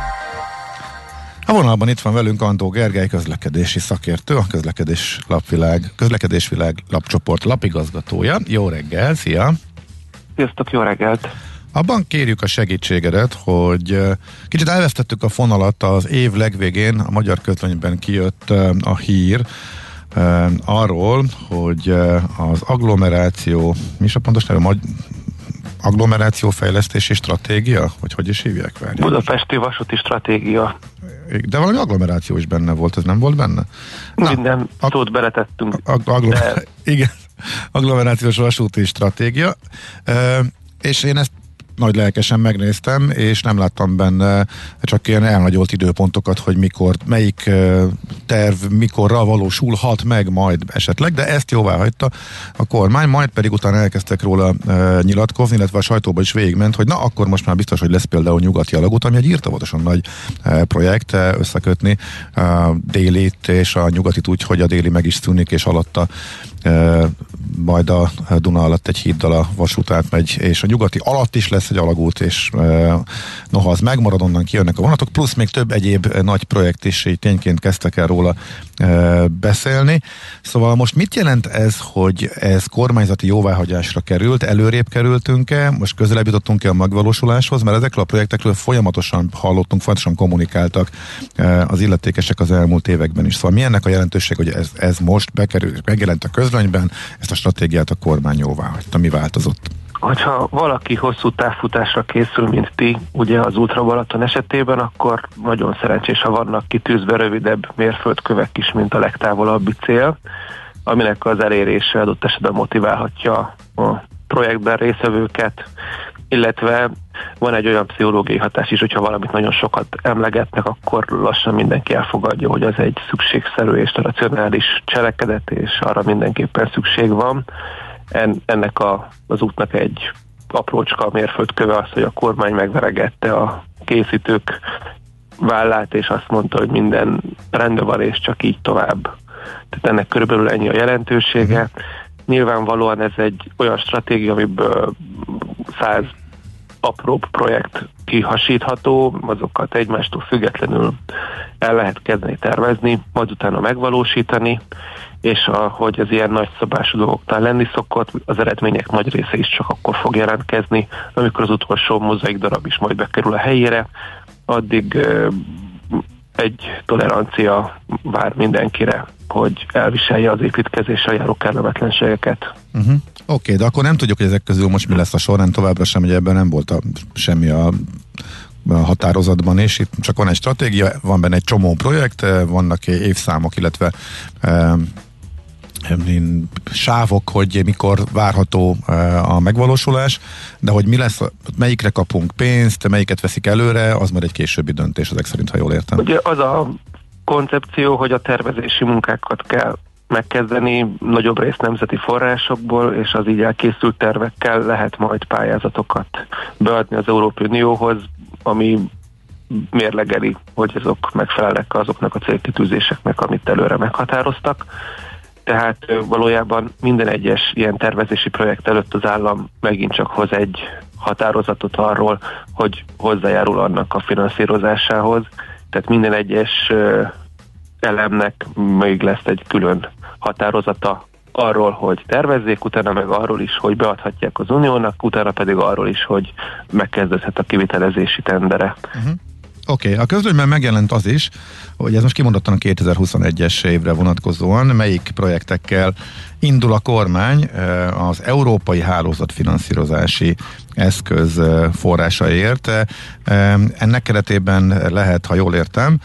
A vonalban itt van velünk Andó Gergely, közlekedési szakértő, a Közlekedés Lapvilág, Közlekedésvilág lapcsoport lapigazgatója. Jó reggel, szia! Sziasztok, jó reggelt! Abban kérjük a segítségedet, hogy kicsit elvesztettük a fonalat az év legvégén, a Magyar Közlönyben kijött a hír, Uh, arról, hogy uh, az agglomeráció, mi is a pontos neve? Magy- agglomerációfejlesztési stratégia? Vagy hogy is hívják? Várjál. Budapesti vasúti stratégia. De valami agglomeráció is benne volt, ez nem volt benne? Na, minden ag- szót beletettünk. Ag- ag- de... Igen, agglomerációs vasúti stratégia. Uh, és én ezt nagy lelkesen megnéztem, és nem láttam benne csak ilyen elnagyolt időpontokat, hogy mikor, melyik terv mikorra valósulhat meg majd esetleg, de ezt jóvá hagyta a kormány, majd pedig utána elkezdtek róla e, nyilatkozni, illetve a sajtóba is végigment, hogy na akkor most már biztos, hogy lesz például nyugati alagút, ami egy írtavatosan nagy e, projekt, e, összekötni a délit és a nyugatit úgy, hogy a déli meg is szűnik, és alatta e, majd a Duna alatt egy híddal a vasút átmegy, és a nyugati alatt is lesz egy alagút, és noha az megmarad, onnan kijönnek a vonatok, plusz még több egyéb nagy projekt is, így tényként kezdtek el róla beszélni. Szóval most mit jelent ez, hogy ez kormányzati jóváhagyásra került, előrébb kerültünk-e, most közelebb jutottunk-e a megvalósuláshoz, mert ezekről a projektekről folyamatosan hallottunk, folyamatosan kommunikáltak az illetékesek az elmúlt években is. Szóval mi ennek a jelentőség, hogy ez, ez most bekerül, megjelent a közlönyben, ezt a stratégiát a kormány jóváhagyta, mi változott? Hogyha valaki hosszú távfutásra készül, mint ti, ugye az ultramaraton esetében, akkor nagyon szerencsés, ha vannak kitűzve rövidebb mérföldkövek is, mint a legtávolabbi cél, aminek az elérése adott esetben motiválhatja a projektben résztvevőket, illetve van egy olyan pszichológiai hatás is, hogyha valamit nagyon sokat emlegetnek, akkor lassan mindenki elfogadja, hogy az egy szükségszerű és racionális cselekedet, és arra mindenképpen szükség van. En, ennek a, az útnak egy aprócska mérföldköve az, hogy a kormány megveregette a készítők vállát, és azt mondta, hogy minden rendben van, és csak így tovább. Tehát ennek körülbelül ennyi a jelentősége. Nyilvánvalóan ez egy olyan stratégia, amiből száz apróbb projekt kihasítható, azokat egymástól függetlenül el lehet kezdeni tervezni, majd utána megvalósítani, és ahogy az ilyen nagyszabású dolgoknál lenni szokott, az eredmények nagy része is csak akkor fog jelentkezni, amikor az utolsó mozaik darab is majd bekerül a helyére, addig egy tolerancia vár mindenkire, hogy elviselje az építkezéssel járó kellemetlenségeket. Uh-huh. Oké, okay, de akkor nem tudjuk, hogy ezek közül most mi lesz a sorrend, továbbra sem, hogy ebben nem volt a, semmi a, a határozatban, és itt csak van egy stratégia, van benne egy csomó projekt, vannak évszámok, illetve e, sávok, hogy mikor várható a megvalósulás, de hogy mi lesz, melyikre kapunk pénzt, melyiket veszik előre, az már egy későbbi döntés, ezek szerint, ha jól értem. Ugye az a koncepció, hogy a tervezési munkákat kell megkezdeni nagyobb részt nemzeti forrásokból, és az így elkészült tervekkel lehet majd pályázatokat beadni az Európai Unióhoz, ami mérlegeli, hogy azok megfelelnek azoknak a célkitűzéseknek, amit előre meghatároztak. Tehát valójában minden egyes ilyen tervezési projekt előtt az állam megint csak hoz egy határozatot arról, hogy hozzájárul annak a finanszírozásához. Tehát minden egyes elemnek még lesz egy külön határozata arról, hogy tervezzék, utána meg arról is, hogy beadhatják az uniónak, utána pedig arról is, hogy megkezdődhet a kivitelezési tendere. Uh-huh. Oké, okay. A közlönyben megjelent az is, hogy ez most kimondottan a kétezer-huszonegyes évre vonatkozóan, melyik projektekkel indul a kormány az európai hálózatfinanszírozási eszköz forrásaért. Ennek keretében lehet, ha jól értem,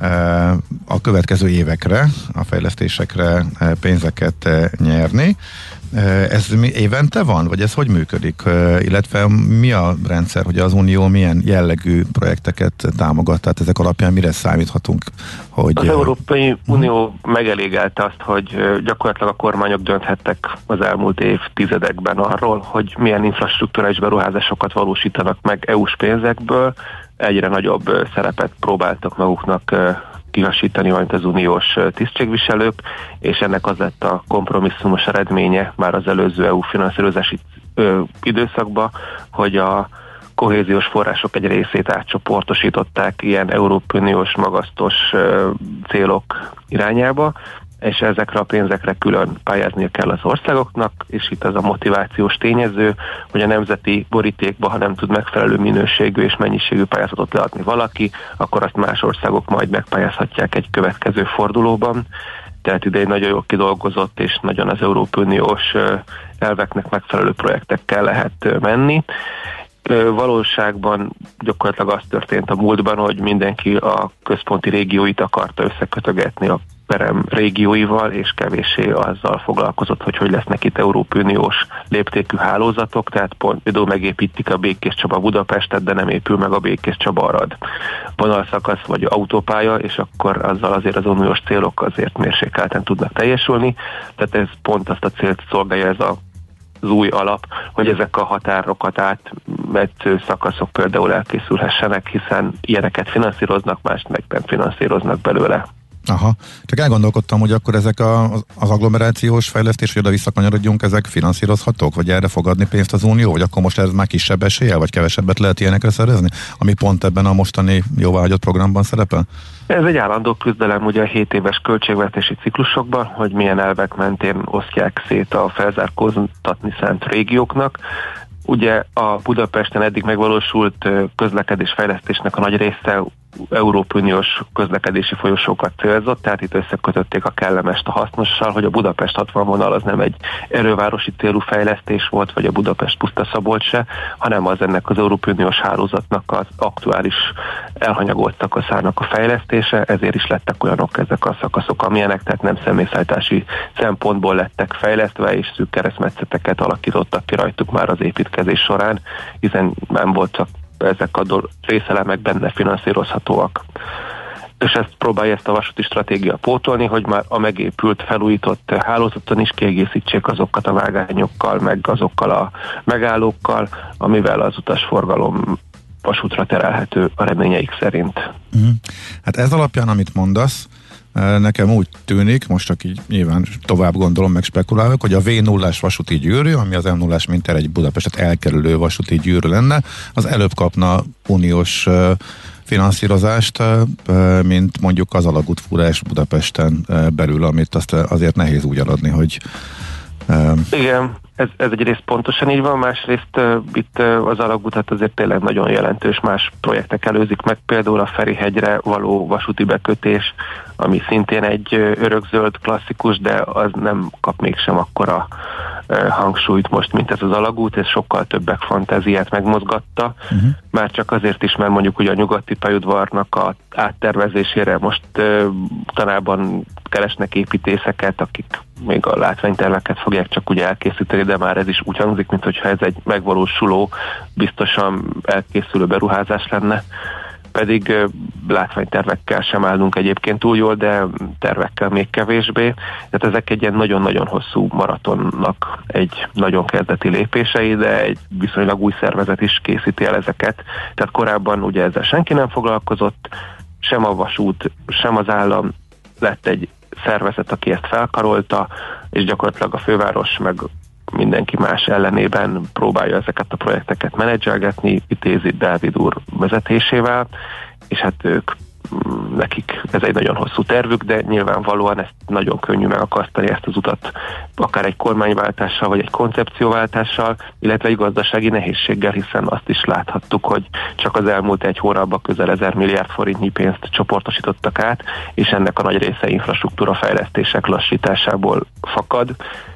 a következő évekre, a fejlesztésekre pénzeket nyerni. Ez évente van, vagy ez hogy működik? Illetve mi a rendszer, hogy az Unió milyen jellegű projekteket támogat? Tehát ezek alapján mire számíthatunk? Hogy az Európai Unió megelégelte azt, hogy gyakorlatilag a kormányok dönthettek az elmúlt évtizedekben arról, hogy milyen infrastrukturális beruházásokat valósítanak meg é u-s pénzekből. Egyre nagyobb szerepet próbáltak maguknak kihasítani majd az uniós tisztségviselők, és ennek az lett a kompromisszumos eredménye már az előző é u finanszírozási ö, időszakban, hogy a kohéziós források egy részét átcsoportosították ilyen Európai Uniós magasztos ö, célok irányába, és ezekre a pénzekre külön pályáznia kell az országoknak, és itt az a motivációs tényező, hogy a nemzeti borítékba, ha nem tud megfelelő minőségű és mennyiségű pályázatot leadni valaki, akkor azt más országok majd megpályázhatják egy következő fordulóban. Tehát ide egy nagyon jól kidolgozott és nagyon az Európai Uniós elveknek megfelelő projektekkel lehet menni. Valóságban gyakorlatilag az történt a múltban, hogy mindenki a központi régióit akarta összekötögetni a perem régióival, és kevéssé azzal foglalkozott, hogy hogy lesznek itt Európai Uniós léptékű hálózatok, tehát pont például megépítik a Békéscsaba Budapestet, de nem épül meg a Békéscsaba Arad vonalszakasz vagy autópálya, és akkor azzal azért az uniós célok azért mérsékelten tudnak teljesülni, tehát ez pont azt a célt szolgálja ez a az új alap, hogy ezek a határokat átmetsző szakaszok például elkészülhessenek, hiszen ilyeneket finanszíroznak, más meg nem finanszíroznak belőle. Aha, csak elgondolkodtam, hogy akkor ezek a, az agglomerációs fejlesztés, hogy oda visszakanyarodjunk, ezek finanszírozhatók, vagy erre fog adni pénzt az Unió, vagy akkor most ez már kisebb eséllyel, vagy kevesebbet lehet ilyenekre szerezni, ami pont ebben a mostani jóváhagyott programban szerepel? Ez egy állandó küzdelem ugye a hét éves költségvetési ciklusokban, hogy milyen elvek mentén osztják szét a felzárkóztatni szánt régióknak. Ugye a Budapesten eddig megvalósult közlekedésfejlesztésnek a nagy része Európai Uniós közlekedési folyosókat célzott, tehát itt összekötötték a kellemest a hasznossal, hogy a Budapest hatvan vonal az nem egy erővárosi célú fejlesztés volt, vagy a Budapest Puszta Szabolcs se, hanem az ennek az Európai Uniós hálózatnak az aktuális elhanyagolt szakaszának a fejlesztése, ezért is lettek olyanok ezek a szakaszok, amilyenek, tehát nem személyszállítási szempontból lettek fejlesztve, és szűk keresztmetszeteket alakítottak ki rajtuk már az építkezés során, hiszen nem volt csak ezek a do- részelemek benne finanszírozhatóak. És ezt próbálja ezt a vasúti stratégia pótolni, hogy már a megépült, felújított hálózaton is kiegészítsék azokat a vágányokkal, meg azokkal a megállókkal, amivel az utasforgalom vasútra terelhető a reményeik szerint. Mm. Hát ez alapján, amit mondasz, nekem úgy tűnik, most csak így nyilván tovább gondolom, meg spekulálok, hogy a vé nullás vasúti gyűrű, ami az em nullás minter egy Budapestet elkerülő vasúti gyűrű lenne, az előbb kapna uniós finanszírozást, mint mondjuk az alagútfúrás Budapesten belül, amit azt azért nehéz úgy eladni, hogy... Igen, ez, ez egyrészt pontosan így van, másrészt uh, itt uh, az alagutat azért tényleg nagyon jelentős más projektek előzik meg, például a Ferihegyre való vasúti bekötés, ami szintén egy uh, örökzöld klasszikus, de az nem kap mégsem akkora uh, hangsúlyt most, mint ez az alagút, ez sokkal többek fantáziát megmozgatta, uh-huh. már csak azért is, mert mondjuk ugye a nyugati pályaudvarnak a áttervezésére most uh, tanában keresnek építészeket, akik még a látványterveket fogják csak ugye elkészíteni, de már ez is úgy hangzik, mintha ez egy megvalósuló, biztosan elkészülő beruházás lenne. Pedig látványtervekkel sem állunk egyébként túl jól, de tervekkel még kevésbé. Tehát ezek egy ilyen nagyon-nagyon hosszú maratonnak egy nagyon kezdeti lépései, de egy viszonylag új szervezet is készíti el ezeket. Tehát korábban ugye ezzel senki nem foglalkozott, sem a vasút, sem az állam, lett egy szervezet, aki ezt felkarolta, és gyakorlatilag a főváros meg mindenki más ellenében próbálja ezeket a projekteket menedzselgetni, Vitézi Dávid úr vezetésével, és hát ők, nekik ez egy nagyon hosszú tervük, de nyilvánvalóan ezt nagyon könnyű megakasztani, ezt az utat akár egy kormányváltással, vagy egy koncepcióváltással, illetve gazdasági nehézséggel, hiszen azt is láthattuk, hogy csak az elmúlt egy hónapban közel ezer milliárd forintnyi pénzt csoportosítottak át, és ennek a nagy része infrastruktúra fejlesztések lassításából fakad,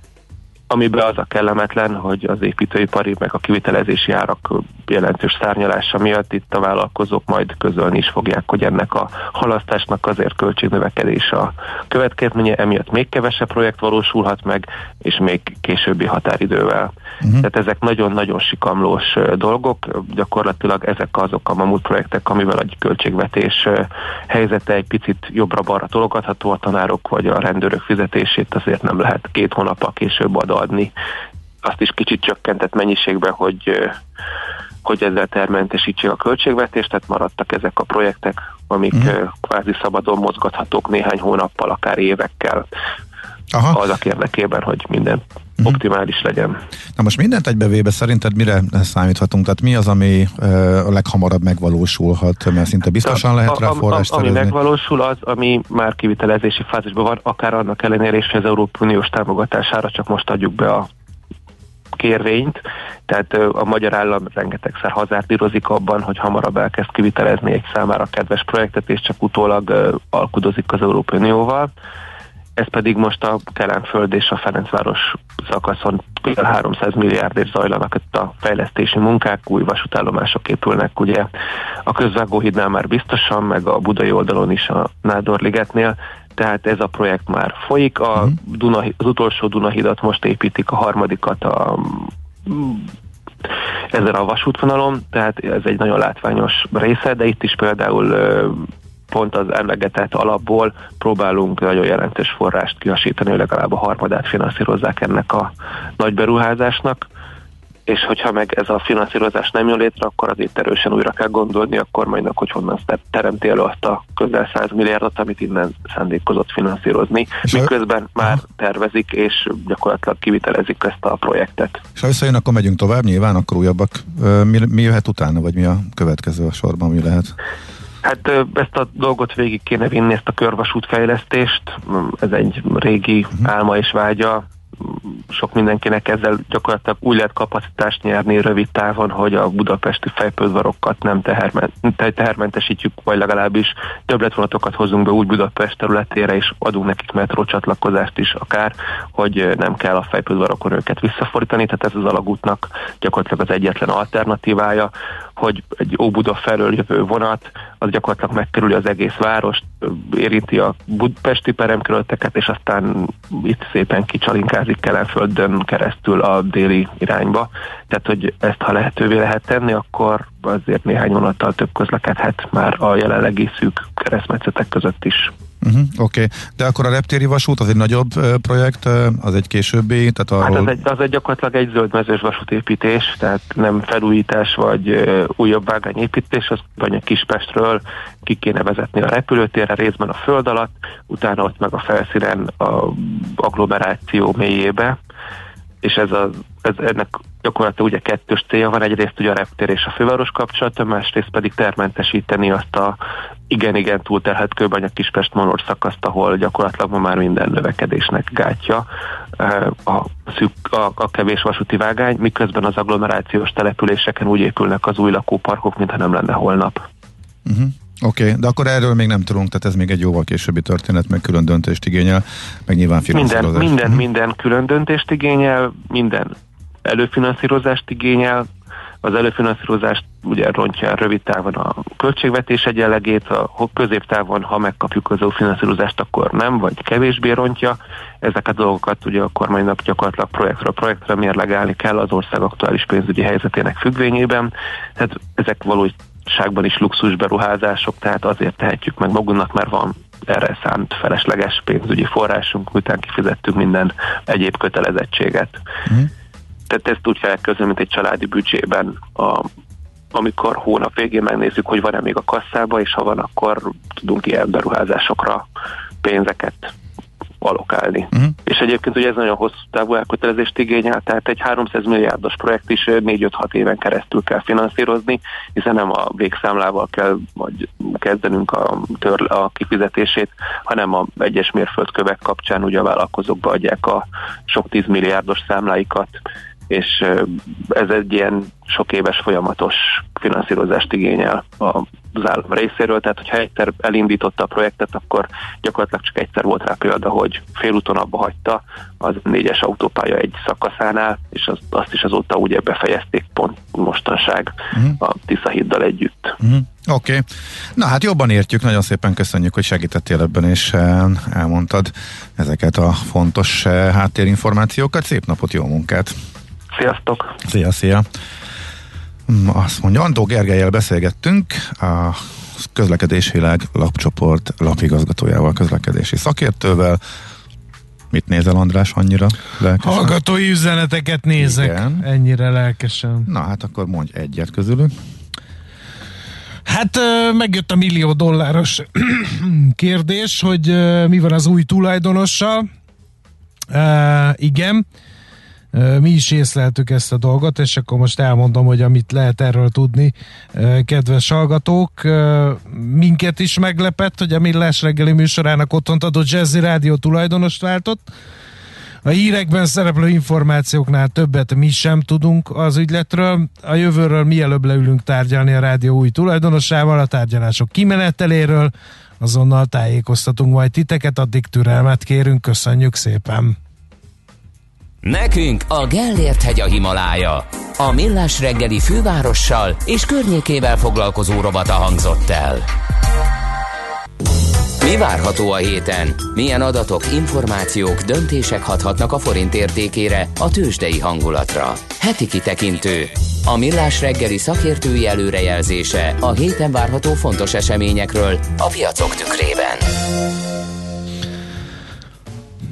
amiben az a kellemetlen, hogy az építőipari meg a kivitelezési árak jelentős szárnyalása miatt itt a vállalkozók majd közölni is fogják, hogy ennek a halasztásnak azért költségnövekedés a következménye, emiatt még kevesebb projekt valósulhat meg, és még későbbi határidővel. Uh-huh. Tehát ezek nagyon-nagyon sikamlós dolgok, gyakorlatilag ezek azok a mamut projektek, amivel a költségvetés helyzete egy picit jobbra-balra tologatható, a tanárok vagy a rendőrök fizetését azért nem lehet két hónappal később adni. Azt is kicsit csökkentett mennyiségben, hogy, hogy ezzel termentesítsék a költségvetést, tehát maradtak ezek a projektek, amik uh-huh. kvázi szabadon mozgathatók néhány hónappal, akár évekkel. Aha. Az a érdekében, hogy minden uh-huh. optimális legyen. Na most mindent egybevéve szerinted mire számíthatunk? Tehát mi az, ami uh, a leghamarabb megvalósulhat, mert szinte biztosan a, lehet rá forrást a, a, Ami megvalósul az, ami már kivitelezési fázisban van, akár annak ellenére is, hogy az Európai Uniós támogatására csak most adjuk be a kérvényt, tehát a magyar állam rengetegszer hazárdírozik abban, hogy hamarabb elkezd kivitelezni egy számára kedves projektet, és csak utólag uh, alkudozik az Európai Unióval. Ez pedig most a Kelenföld és a Ferencváros szakaszon kb. háromszáz milliárdért zajlanak itt a fejlesztési munkák, új vasútállomások épülnek, ugye a Közvágóhídnál már biztosan, meg a budai oldalon is a Nádor-ligetnél, tehát ez a projekt már folyik, a Duna, az utolsó Dunahidat most építik, a harmadikat a ezen a vasútvonalon, tehát ez egy nagyon látványos része, de itt is például pont az emlegetett alapból próbálunk nagyon jelentős forrást kihasítani, hogy legalább a harmadát finanszírozzák ennek a nagy beruházásnak. és hogyha meg ez a finanszírozás nem jön létre, akkor azért erősen újra kell gondolni a kormánynak, hogy honnan teremti elő azt a közel száz milliárdot, amit innen szándékozott finanszírozni, és miközben a... már tervezik, és gyakorlatilag kivitelezik ezt a projektet. És ha összejön, akkor megyünk tovább, nyilván, akkor újabbak. Mi, mi jöhet utána, vagy mi a következő a sorban, mi lehet? Hát ezt a dolgot végig kéne vinni, ezt a körvasútfejlesztést. Ez egy régi uh-huh. álma és vágya. Sok mindenkinek ezzel gyakorlatilag úgy lehet kapacitást nyerni rövid távon, hogy a budapesti fejpődvarokat nem tehermen, tehermentesítjük, vagy legalábbis többletvonatokat hozunk be úgy Budapest területére, és adunk nekik metrócsatlakozást is akár, hogy nem kell a fejpődvarokon őket visszafordítani, tehát ez az alagútnak gyakorlatilag az egyetlen alternatívája, hogy egy Óbuda felől jövő vonat, az gyakorlatilag megkerüli az egész várost, érinti a budapesti peremkörötteket, és aztán itt szépen kicsalinkázik Kelenföldön keresztül a déli irányba. Tehát, hogy ezt ha lehetővé lehet tenni, akkor azért néhány vonattal több közlekedhet már a jelenlegi szűk keresztmetszetek között is. Uh-huh, Oké, okay. De akkor a reptéri vasút az egy nagyobb uh, projekt, uh, az egy későbbi? Tehát arról... Hát az egy, az egy gyakorlatilag egy zöldmezős vasútépítés, tehát nem felújítás vagy uh, újabb vágányépítés, az vagy a Kispestről ki kéne vezetni a repülőtérre, részben a föld alatt, utána ott meg a felszínen a agglomeráció mélyébe, és ez a, ez, ennek gyakorlatilag ugye kettős célja van, egyrészt ugye a reptér és a főváros kapcsolata, másrészt pedig termentesíteni azt a igen-igen túlterhelt Kőbánya-Kispest-Monor szakaszt, ahol gyakorlatilag ma már minden növekedésnek gátja a, szűk, a, a kevés vasúti vágány, miközben az agglomerációs településeken úgy épülnek az új lakóparkok, mintha nem lenne holnap. Uh-huh. Oké, okay, de akkor erről még nem tudunk, tehát ez még egy jóval későbbi történet, meg külön döntést igényel, meg nyilván finanszírozás. Minden, minden, uh-huh. minden külön döntést igényel, minden előfinanszírozást igényel. Az előfinanszírozást ugye rontja rövid távon a költségvetés egyenlegét, a középtávon, ha megkapjuk az előfinanszírozást, akkor nem, vagy kevésbé rontja. Ezek a dolgokat ugye a kormánynak gyakorlatilag projektről projektre mérlegelni kell az ország aktuális pénzügyi helyzetének függvényében. Tehát ezek valóságban is luxus beruházások, tehát azért tehetjük meg magunknak, mert van erre szánt felesleges pénzügyi forrásunk, miután kifizettünk minden egyéb kötelezettséget. Mm. Tehát ezt úgy kell elképzelni, mint egy családi büdzsében, a, amikor hónap végén megnézzük, hogy van-e még a kasszába, és ha van, akkor tudunk ilyen beruházásokra pénzeket allokálni. Uh-huh. És egyébként ugye ez nagyon hosszú távú elkötelezést igényel, tehát egy háromszáz milliárdos projekt is négy-öt-hat éven keresztül kell finanszírozni, hiszen nem a végszámlával kell vagy kezdenünk a, törl, a kifizetését, hanem a egyes mérföldkövek kapcsán ugye a vállalkozókba adják a sok tízmilliárdos számláikat, és ez egy ilyen sok éves folyamatos finanszírozást igényel az állam részéről, tehát hogyha egyszer elindította a projektet, akkor gyakorlatilag csak egyszer volt rá példa, hogy félúton abba hagyta az négyes autópálya egy szakaszánál, és az, azt is azóta ugye befejezték pont mostanság uh-huh. a Tisza-híddal együtt. Uh-huh. Oké. Okay. Na hát jobban értjük, nagyon szépen köszönjük, hogy segítettél ebben, és elmondtad ezeket a fontos háttérinformációkat. Szép napot, jó munkát! Sziasztok! Szia, szia! Azt mondja, Andó Gergellyel beszélgettünk, a Közlekedésvilág lapcsoport lapigazgatójával, közlekedési szakértővel. Mit nézel, András, annyira lelkesen? Hallgatói üzeneteket nézek. Igen. Ennyire lelkesen. Na hát akkor mondj egyet közülük. Hát megjött a millió dolláros kérdés, hogy mi van az új tulajdonossal. Uh, igen. Mi is észleltük ezt a dolgot, és akkor most elmondom, hogy amit lehet erről tudni, kedves hallgatók, minket is meglepett, hogy a Millás reggeli műsorának otthont adó Jazzy Rádió tulajdonost váltott. A hírekben szereplő információknál többet mi sem tudunk az ügyletről. A jövőről mielőbb leülünk tárgyalni a rádió új tulajdonosával, a tárgyalások kimeneteléről, azonnal tájékoztatunk majd titeket, addig türelmet kérünk, köszönjük szépen! Nekünk a Gellért hegy a Himalája. A Millás reggeli fővárossal és környékével foglalkozó rovata hangzott el. Mi várható a héten? Milyen adatok, információk, döntések hathatnak a forint értékére, a tőzsdei hangulatra? Heti kitekintő. A Millás reggeli szakértői előrejelzése a héten várható fontos eseményekről a piacok tükrében.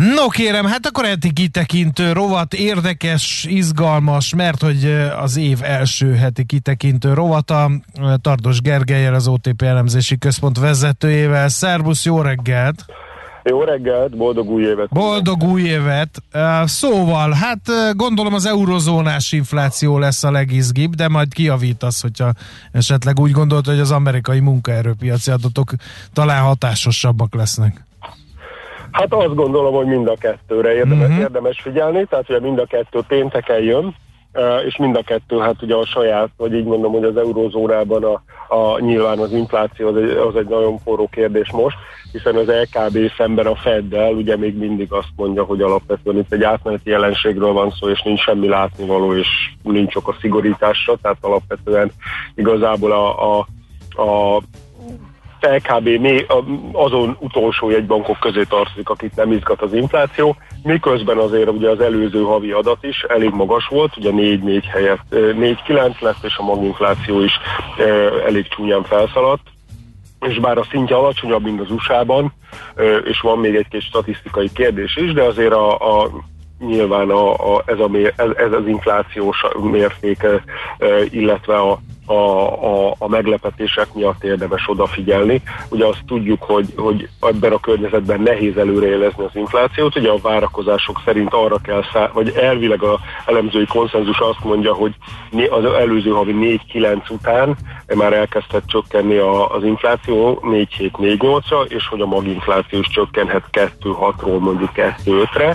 No kérem, hát akkor heti kitekintő rovat, érdekes, izgalmas, mert hogy az év első heti kitekintő rovata, Tardos Gergellyel, az o té pé elemzési központ vezetőjével. Szervusz, jó reggelt! Jó reggelt, boldog új évet! Boldog új évet! Szóval, hát gondolom az eurozónás infláció lesz a legizgibb, de majd kijavítasz, hogyha esetleg úgy gondolod, hogy az amerikai munkaerőpiaci adatok talán hatásosabbak lesznek. Hát azt gondolom, hogy mind a kettőre érdemes, uh-huh. érdemes figyelni, tehát ugye mind a kettő pénteken jön, és mind a kettő, hát ugye a saját, vagy így mondom, hogy az eurózónában a, a, nyilván az infláció az egy, az egy nagyon forró kérdés most, hiszen az el ká bé szemben a Feddel ugye még mindig azt mondja, hogy alapvetően itt egy átmeneti jelenségről van szó, és nincs semmi látnivaló, és nincs ok a szigorításra, tehát alapvetően igazából a, a, a el ká bé azon utolsó jegybankok közé tartozik, akit nem izgat az infláció, miközben azért ugye az előző havi adat is elég magas volt, ugye négy négy helyett négy kilenc lett, és a maginfláció is elég csúnyán felszaladt, és bár a szintje alacsonyabb, mint az u es á-ban, és van még egy-két statisztikai kérdés is, de azért a, a nyilván a, a, ez, a, ez, ez az inflációs mérték, illetve a A, a, a meglepetések miatt érdemes odafigyelni. Ugye azt tudjuk, hogy, hogy ebben a környezetben nehéz előrejelezni az inflációt, ugye a várakozások szerint arra kell szá- vagy elvileg az elemzői konszenzus azt mondja, hogy az előző havi négy kilenc után már elkezdhet csökkenni a, az infláció négy hét négy nyolcra, és hogy a maginfláció is csökkenhet kettő hatról mondjuk kettő ötre,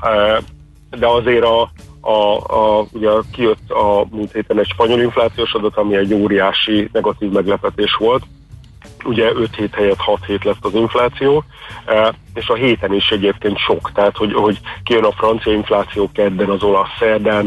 de azért a A, a, ugye kijött a múlt héten egy spanyol inflációs adat, ami egy óriási negatív meglepetés volt. Ugye öt hét helyett hat hét lett az infláció, és a héten is egyébként sok, tehát hogy, hogy kijön a francia infláció kedden, az olasz szerdán,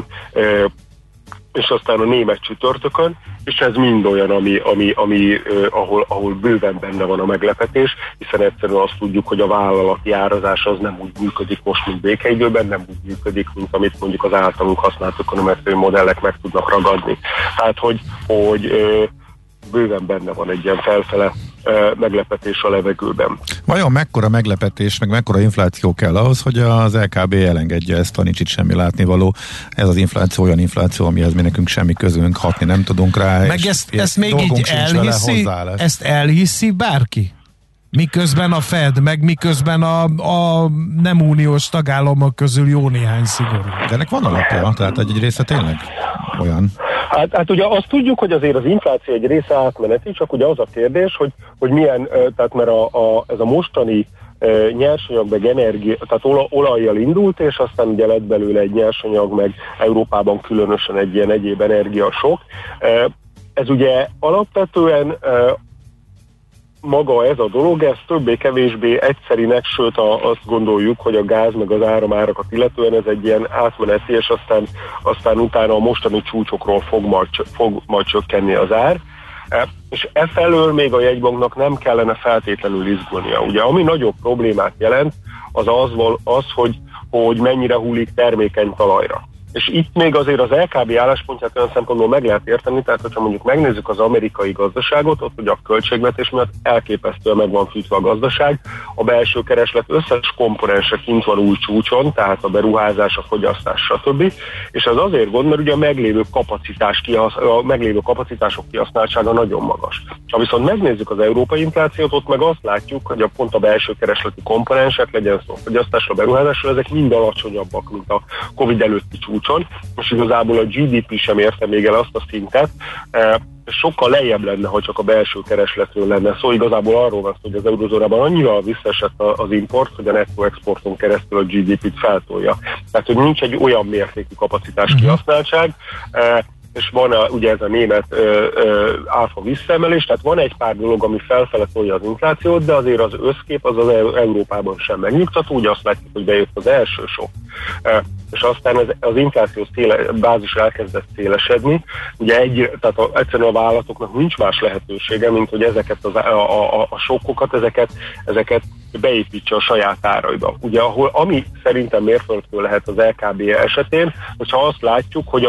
és aztán a német csütörtökön, és ez mind olyan, ami, ami, ami eh, ahol, ahol bőven benne van a meglepetés, hiszen egyszerűen azt tudjuk, hogy a vállalati árazás az nem úgy működik most, mint békeidőben, nem úgy működik, mint amit mondjuk az általunk használt ökonometriai modellek meg tudnak ragadni. Tehát, hogy, hogy eh, bőven benne van egy ilyen felfele uh, meglepetés a levegőben. Vajon mekkora meglepetés, meg mekkora infláció kell ahhoz, hogy az el ká bé elengedje ezt a nincs itt semmi látnivaló? Ez az infláció olyan infláció, amihez mi nekünk semmi közünk, hatni nem tudunk rá. Meg és ezt, ezt még így elhiszi, ezt elhiszi bárki? Miközben a Fed, meg miközben a, a nem uniós tagállamok közül jó néhány szigorú. De ennek van alapja, tehát egy része tényleg olyan. Hát, hát ugye azt tudjuk, hogy azért az infláció egy része átmeneti, csak ugye az a kérdés, hogy, hogy milyen, tehát mert a, a, ez a mostani e, nyersanyag meg energia, tehát ola, olajjal indult, és aztán ugye lett belőle egy nyersanyag, meg Európában különösen egy ilyen egyéb energiasok. E, ez ugye alapvetően e, maga ez a dolog, ez többé-kevésbé egyszerinek, sőt a, azt gondoljuk, hogy a gáz meg az áramárakat illetően ez egy ilyen átmeneti, és aztán, aztán utána a mostani csúcsokról fog majd, fog majd csökkenni az ár. E, és e felől még a jegybanknak nem kellene feltétlenül izgulnia. Ugye ami nagyobb problémát jelent, az az, az hogy, hogy mennyire hullik termékeny talajra. És itt még azért az el ká bé álláspontját olyan szempontból meg lehet érteni, tehát hogyha mondjuk megnézzük az amerikai gazdaságot, ott ugye a költségvetés miatt elképesztően meg van fűtve a gazdaság, a belső kereslet összes komponense kint van új csúcson, tehát a beruházás, a fogyasztás, stb. És ez azért gond, mert ugye a meglévő, kapacitás kihasz, a meglévő kapacitások kihasználtsága nagyon magas. Ha viszont megnézzük az európai inflációt, ott meg azt látjuk, hogy a pont a belső keresleti komponensek, legyen szó fogyasztásra, beruházásra, ezek mind alacsonyabbak, mint a Covid előtti csúcs. Most igazából a gé dé pé sem érte még el azt a szintet, sokkal lejjebb lenne, ha csak a belső keresletről lenne. Szóval igazából arról van szó, hogy az eurozónában annyira visszaesett az import, hogy a nettó exporton keresztül a gé dé pét feltolja. Tehát, hogy nincs egy olyan mértékű kapacitás kihasználtság, és van a, ugye ez a német ö, ö, áfa visszaemelés, tehát van egy pár dolog, ami felfele tolja az inflációt, de azért az összkép az az Európában sem megnyugtató, ugye azt látjuk, hogy bejött az első sok. E, és aztán ez, az infláció széle, bázis elkezdett szélesedni, ugye egy, tehát a, egyszerűen a vállalatoknak nincs más lehetősége, mint hogy ezeket az, a, a, a sokkokat, ezeket, ezeket beépítse a saját áraiba. Ugye ahol, ami szerintem mérföldkő lehet az el ká bé esetén, hogyha azt látjuk, hogy a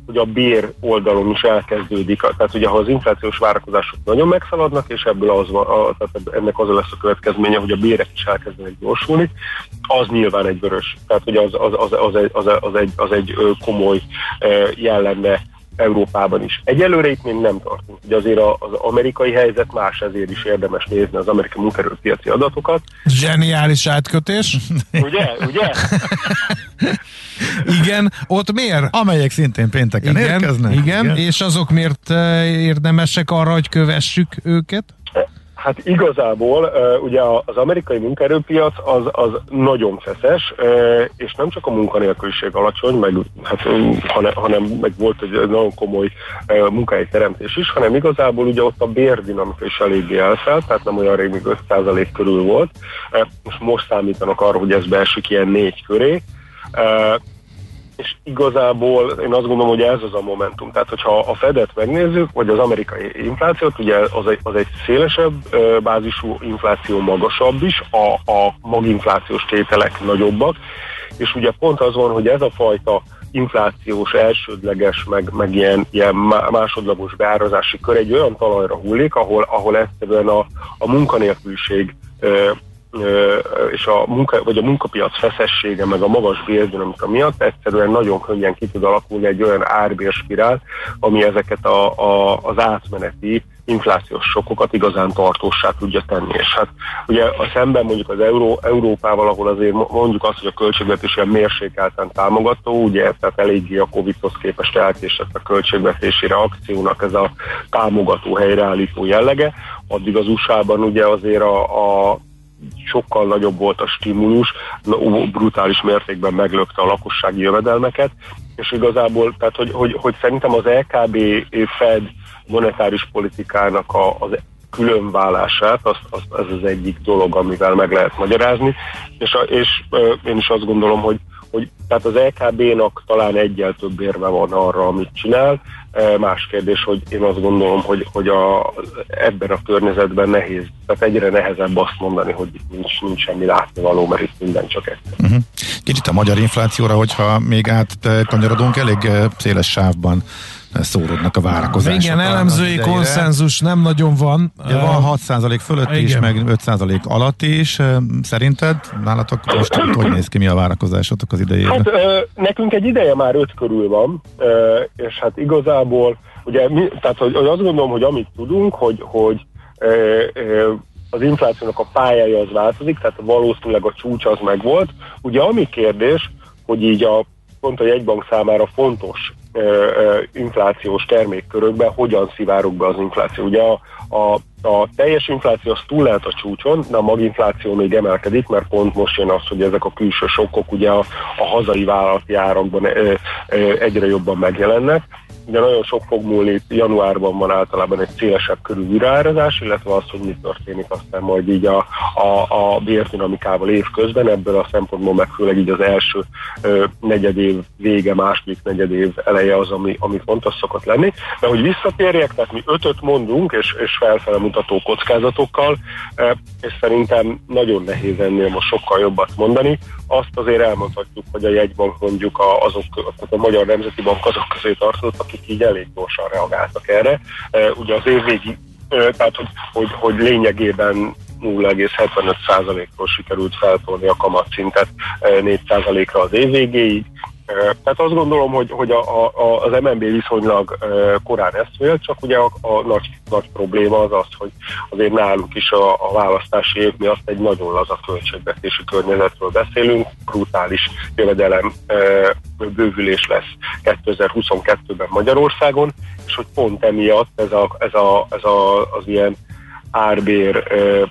hogy a bér oldalon is elkezdődik. Tehát ugye, ha az inflációs várakozások nagyon megszaladnak, és ebből az van, a, tehát ennek az lesz a következménye, hogy a bérek is elkezdenek gyorsulni, az nyilván egy vörös. Tehát ugye az, az, az, az, egy, az, az, egy, az egy komoly jel lenne Európában is. Egyelőre itt még nem tartunk. Ugye azért az amerikai helyzet más, ezért is érdemes nézni az amerikai munkaerőpiaci adatokat. Zseniális átkötés. Ugye? Ugye? Igen, ott miért? Amelyek szintén pénteken igen, érkeznek. Igen, igen, és azok miért érdemesek arra, hogy kövessük őket? Hát igazából uh, ugye az amerikai munkaerőpiac az, az nagyon feszes, uh, és nem csak a munkanélküliség alacsony, meg, hát, hanem, hanem meg volt egy nagyon komoly uh, munkahelyteremtés is, hanem igazából ugye ott a bérdinamika is eléggé elszállt, tehát nem olyan rég még öt százalék körül volt, uh, most most számítanak arra, hogy ez beesik ilyen négy köré, uh, és igazából én azt gondolom, hogy ez az a momentum. Tehát, hogyha a Fedet megnézzük, vagy az amerikai inflációt, ugye az egy, az egy szélesebb bázisú infláció, magasabb is, a, a maginflációs tételek nagyobbak, és ugye pont az van, hogy ez a fajta inflációs, elsődleges, meg, meg ilyen, ilyen másodlagos beárazási kör egy olyan talajra hullik, ahol, ahol egyszerűen a, a munkanélküliség és a munka, vagy a munkapiac feszessége, meg a magas bérdinamika miatt egyszerűen nagyon könnyen ki tud alakulni egy olyan árbérspirál, ami ezeket a, a, az átmeneti inflációs sokkokat igazán tartóssá tudja tenni. És hát ugye a szemben mondjuk az Euró, Európával, ahol azért mondjuk azt, hogy a költségvetés ilyen mérsékelten támogató, ugye tehát eléggé a Covidhoz képest elkésett a költségvetési reakciónak ez a támogató, helyreállító jellege, addig az u es á-ban ugye azért a, a sokkal nagyobb volt a stimulus, brutális mértékben meglökte a lakossági jövedelmeket, és igazából, tehát hogy, hogy, hogy szerintem az é ká bé Fed monetáris politikának a, az különválását, az, az, ez az egyik dolog, amivel meg lehet magyarázni, és, a, és én is azt gondolom, hogy, hogy tehát az é ká bé-nak talán egyel több érve van arra, amit csinál. Más kérdés, hogy én azt gondolom, hogy, hogy a, ebben a környezetben nehéz, tehát egyre nehezebb azt mondani, hogy itt nincs, nincs semmi látnivaló, mert itt minden csak egyszer. Uh-huh. Kicsit a magyar inflációra, hogyha még átkanyarodunk, elég széles sávban szórodnak a várakozások. Igen, elemzői konszenzus nem nagyon van. Ja, van hat százalék fölött is, meg öt százalék alatt is. Szerinted nálatok most hogy néz ki, mi a várakozásotok az idejében? Hát nekünk egy ideje már öt körül van, és hát igazából, ugye, mi, tehát hogy, hogy azt gondolom, hogy amit tudunk, hogy, hogy az inflációnak a pályája az változik, tehát valószínűleg a csúcs az megvolt. Ugye ami kérdés, hogy így a pont a jegybank számára fontos uh, uh, inflációs termékkörökben hogyan szivárog be az infláció. Ugye a, a, a teljes infláció az túl lehet a csúcson, de a maginfláció még emelkedik, mert pont most jön az, hogy ezek a külső sokkok ugye a, a hazai vállalati árakban uh, uh, egyre jobban megjelennek. Ugye nagyon sok fog múlni, januárban van általában egy szélesebb körű újraárazás, illetve az, hogy mi történik aztán majd így a, a, a bérdinamikával évközben, ebből a szempontból meg főleg így az első ö, negyedév vége, második negyedév eleje az, ami, ami fontos szokott lenni. De hogy visszatérjek, tehát mi ötöt mondunk, és, és felfele mutató kockázatokkal, e, és szerintem nagyon nehéz ennél most sokkal jobbat mondani. Azt azért elmondhatjuk, hogy a jegybank mondjuk a, azok, a Magyar Nemzeti Bank azok közé tartozott, akik így elég gyorsan reagáltak erre. E, ugye az év végi, e, tehát hogy, hogy, hogy lényegében nulla egész hetvenöt százalékról sikerült feltolni a kamatszintet e, négy százalékra az év végéig. E, tehát azt gondolom, hogy, hogy a, a, az em en bé viszonylag e, korán ezt vélt, csak ugye a, a nagy, nagy probléma az az, hogy azért náluk is a, a választási év miatt egy nagyon laza költségvetési környezetről beszélünk, brutális jövedelem e, bővülés lesz kétezer-huszonkettőben Magyarországon, és hogy pont emiatt ez, a, ez, a, ez a, az ilyen árbér ö,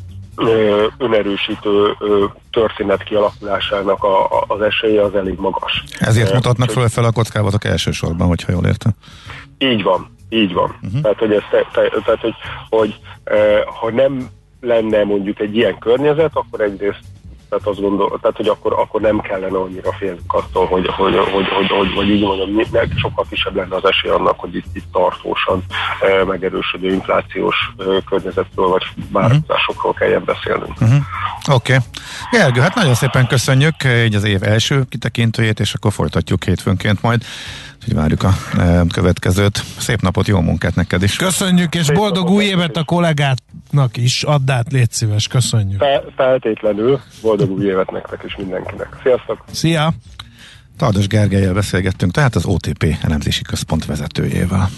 ö, önerősítő ö, történet kialakulásának a, a, az esélye az elég magas. Ezért mutatnak föl fel a kockázatok elsősorban, hogyha jól értem. Így van, így van. Uh-huh. Tehát, hogy, ez te, te, tehát, hogy, hogy ö, ha nem lenne mondjuk egy ilyen környezet, akkor egyrészt tehát azt gondol, tehát hogy akkor, akkor nem kellene annyira félnünk attól, hogy, hogy, hogy, hogy, hogy, hogy így mondjam, sokkal kisebb lenne az esély annak, hogy itt, itt tartósan e, megerősödő inflációs e, környezetről vagy várakozásokról kelljen beszélnünk. Uh-huh. Oké. Okay. Gergő, hát nagyon szépen köszönjük így az év első kitekintőjét, és akkor folytatjuk hétfőnként majd. Úgyhogy várjuk a e, következőt. Szép napot, jó munkát neked is. Köszönjük, és Szép boldog új évet a kollégátnak is. Add át, légy szíves, köszönjük. Fe, feltétlenül boldog új évet nektek és mindenkinek. Sziasztok! Szia! Tardos Gergellyel beszélgettünk, tehát az o té pé elemzési központ vezetőjével.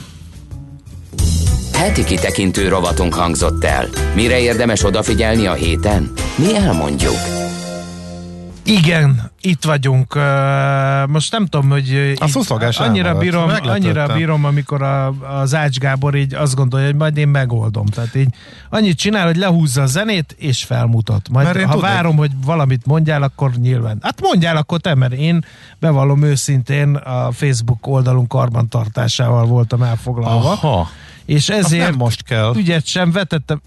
Heti kitekintő rovatunk hangzott el. Mire érdemes odafigyelni a héten? Mi elmondjuk. Igen, itt vagyunk. Most nem tudom, hogy annyira bírom, annyira bírom, amikor a, az Ács Gábor így azt gondolja, hogy majd én megoldom. Tehát így annyit csinál, hogy lehúzza a zenét, és felmutat. Majd ha tudnék. Várom, hogy valamit mondjál, akkor nyilván. Hát mondjál akkor te, mert én bevallom őszintén a Facebook oldalunk karbantartásával voltam elfoglalva. Aha. És ezért most kell. ügyet sem vetettem.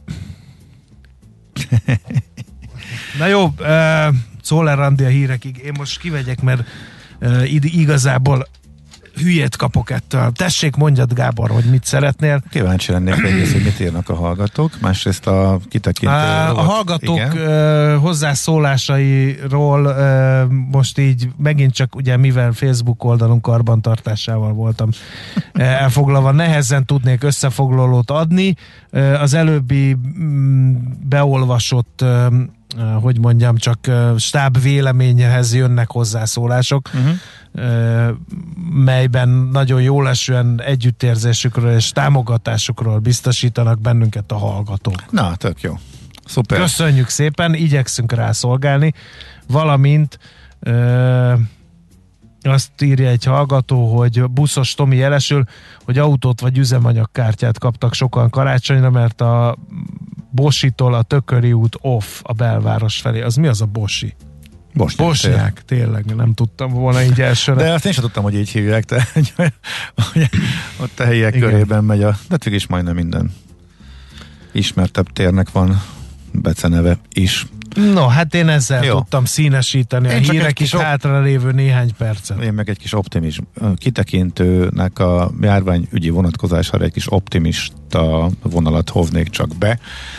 Na jó, uh, Szoller Andi a hírekig. Én most kivegyek, mert uh, igazából hülyét kapok ettől. Tessék, mondjad, Gábor, hogy mit szeretnél. Kíváncsi lennék egyrészt, hogy mit írnak a hallgatók, másrészt a kitekintő. A, a hallgatók uh, hozzászólásairól uh, most így megint csak, ugye mivel Facebook oldalunk karbantartásával voltam uh, elfoglalva, nehezen tudnék összefoglalót adni. Uh, az előbbi um, beolvasott uh, hogy mondjam, csak stáb véleményehez jönnek hozzászólások, uh-huh. melyben nagyon jól esően együttérzésükről és támogatásukról biztosítanak bennünket a hallgatók. Na, tök jó. Szuper. Köszönjük szépen, igyekszünk rá szolgálni, valamint ö, azt írja egy hallgató, hogy buszos Tomi jelesül, hogy autót vagy üzemanyagkártyát kaptak sokan karácsonyra, mert a Bositól a Tököri út off a belváros felé. Az mi az a Bosi? Bosnyák, Bosnyák, tényleg nem tudtam volna így elsőre. De azt én sem tudtam, hogy így hívják, te, hogy ott a helyiek Igen. körében megy a, de végig is majdnem minden ismertebb térnek van beceneve is. No, hát én ezzel Jó. tudtam színesíteni én a hírek is op- hátralévő néhány percet. Én meg egy kis optimizm. Kitekintőnek a járványügyi vonatkozására egy kis optimista vonalat hovnék csak be,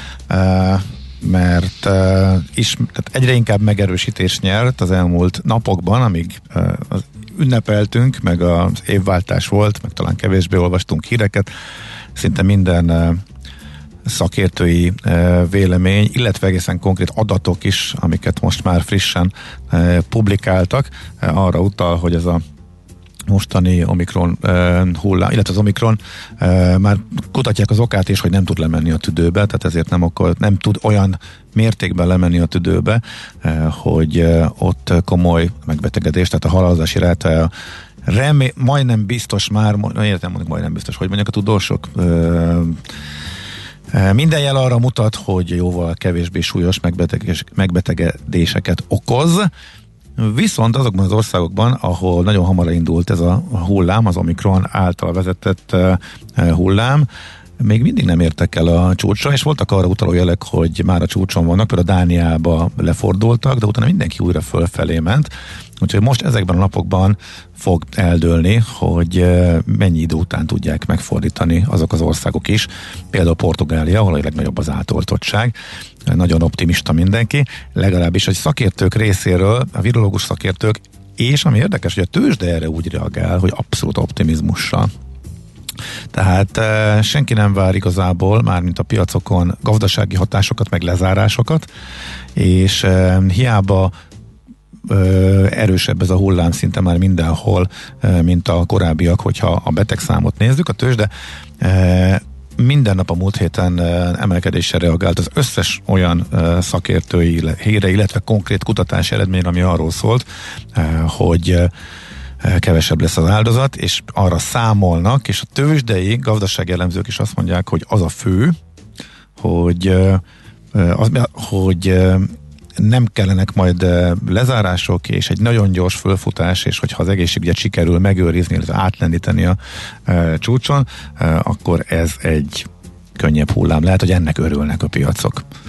mert is, tehát egyre inkább megerősítés nyert az elmúlt napokban, amíg ünnepeltünk, meg az évváltás volt, meg talán kevésbé olvastunk híreket, szinte minden szakértői e, vélemény, illetve egészen konkrét adatok is, amiket most már frissen e, publikáltak, e, arra utal, hogy ez a mostani Omikron e, hullám, illetve az Omikron e, már kutatják az okát is, hogy nem tud lemenni a tüdőbe, tehát ezért nem, okol, nem tud olyan mértékben lemenni a tüdőbe, e, hogy e, ott komoly megbetegedés, tehát a halálozási ráta remé, majdnem biztos már, értem mondjuk majdnem biztos, hogy mondják a tudósok, e, minden jel arra mutat, hogy jóval kevésbé súlyos megbetegedéseket okoz, viszont azokban az országokban, ahol nagyon hamar indult ez a hullám, az Omikron által vezetett hullám, még mindig nem értek el a csúcsra, és voltak arra utaló jelek, hogy már a csúcson vannak, például Dániába lefordultak, de utána mindenki újra fölfelé ment, úgyhogy most ezekben a napokban fog eldőlni, hogy mennyi idő után tudják megfordítani azok az országok is, például Portugália, ahol a legnagyobb az átoltottság, nagyon optimista mindenki, legalábbis a szakértők részéről, a virológus szakértők, és ami érdekes, hogy a tőzsde erre úgy reagál, hogy abszolút optimizmussal. Tehát e, senki nem vár igazából, mármint a piacokon gazdasági hatásokat, meg lezárásokat, és e, hiába e, erősebb ez a hullám szinte már mindenhol, e, mint a korábbiak, hogyha a betegszámot nézzük, a tőzsde e, minden nap a múlt héten e, emelkedésre reagált az összes olyan e, szakértői híre, illetve konkrét kutatás eredmény, ami arról szólt, e, hogy e, kevesebb lesz az áldozat, és arra számolnak, és a tőzsdei gazdasági elemzők is azt mondják, hogy az a fő, hogy, az, hogy nem kellenek majd lezárások, és egy nagyon gyors fölfutás, és hogyha az egészségügyet sikerül megőrizni, illetve átlendíteni a csúcson, akkor ez egy könnyebb hullám. Lehet, hogy ennek örülnek a piacok.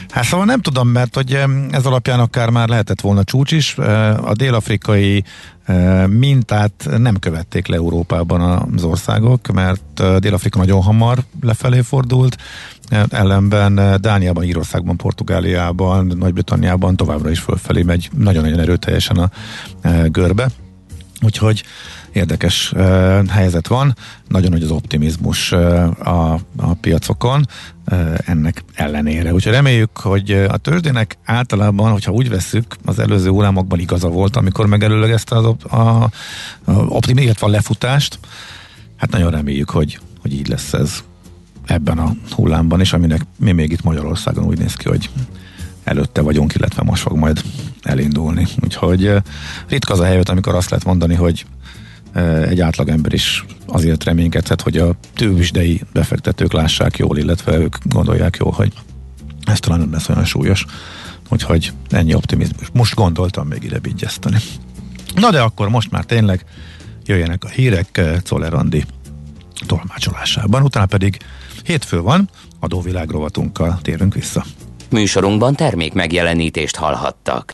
Hát szóval nem tudom, mert hogy ez alapján akár már lehetett volna csúcs is. A dél-afrikai mintát nem követték le Európában az országok, mert Dél-Afrika nagyon hamar lefelé fordult, ellenben Dániában, Írországban, Portugáliában, Nagy-Britanniában továbbra is fölfelé megy nagyon-nagyon erőteljesen a görbe. Úgyhogy érdekes uh, helyzet van, nagyon nagy az optimizmus uh, a, a piacokon uh, ennek ellenére. Úgyhogy reméljük, hogy a tőzsdének általában, hogyha úgy vesszük, az előző órámokban igaza volt, amikor megelőlegezte az op- a, a optimizmus, illetve a lefutást. Hát nagyon reméljük, hogy, hogy így lesz ez ebben a hullámban, és aminek mi még itt Magyarországon úgy néz ki, hogy előtte vagyunk, illetve most fog majd elindulni. Úgyhogy uh, ritka az a helyzet, amikor azt lehet mondani, hogy egy átlagember is azért reménykedhet, hogy a tőzsdei befektetők lássák jól, illetve ők gondolják jól, hogy ez talán nem lesz olyan súlyos. Úgyhogy ennyi optimizmus. Most gondoltam még ide vigyeszteni. Na de akkor most már tényleg jöjjenek a hírek Czoller Andi tolmácsolásában. Utána pedig hétfő van, adóvilág rovatunkkal térünk vissza. Műsorunkban termék megjelenítést hallhattak.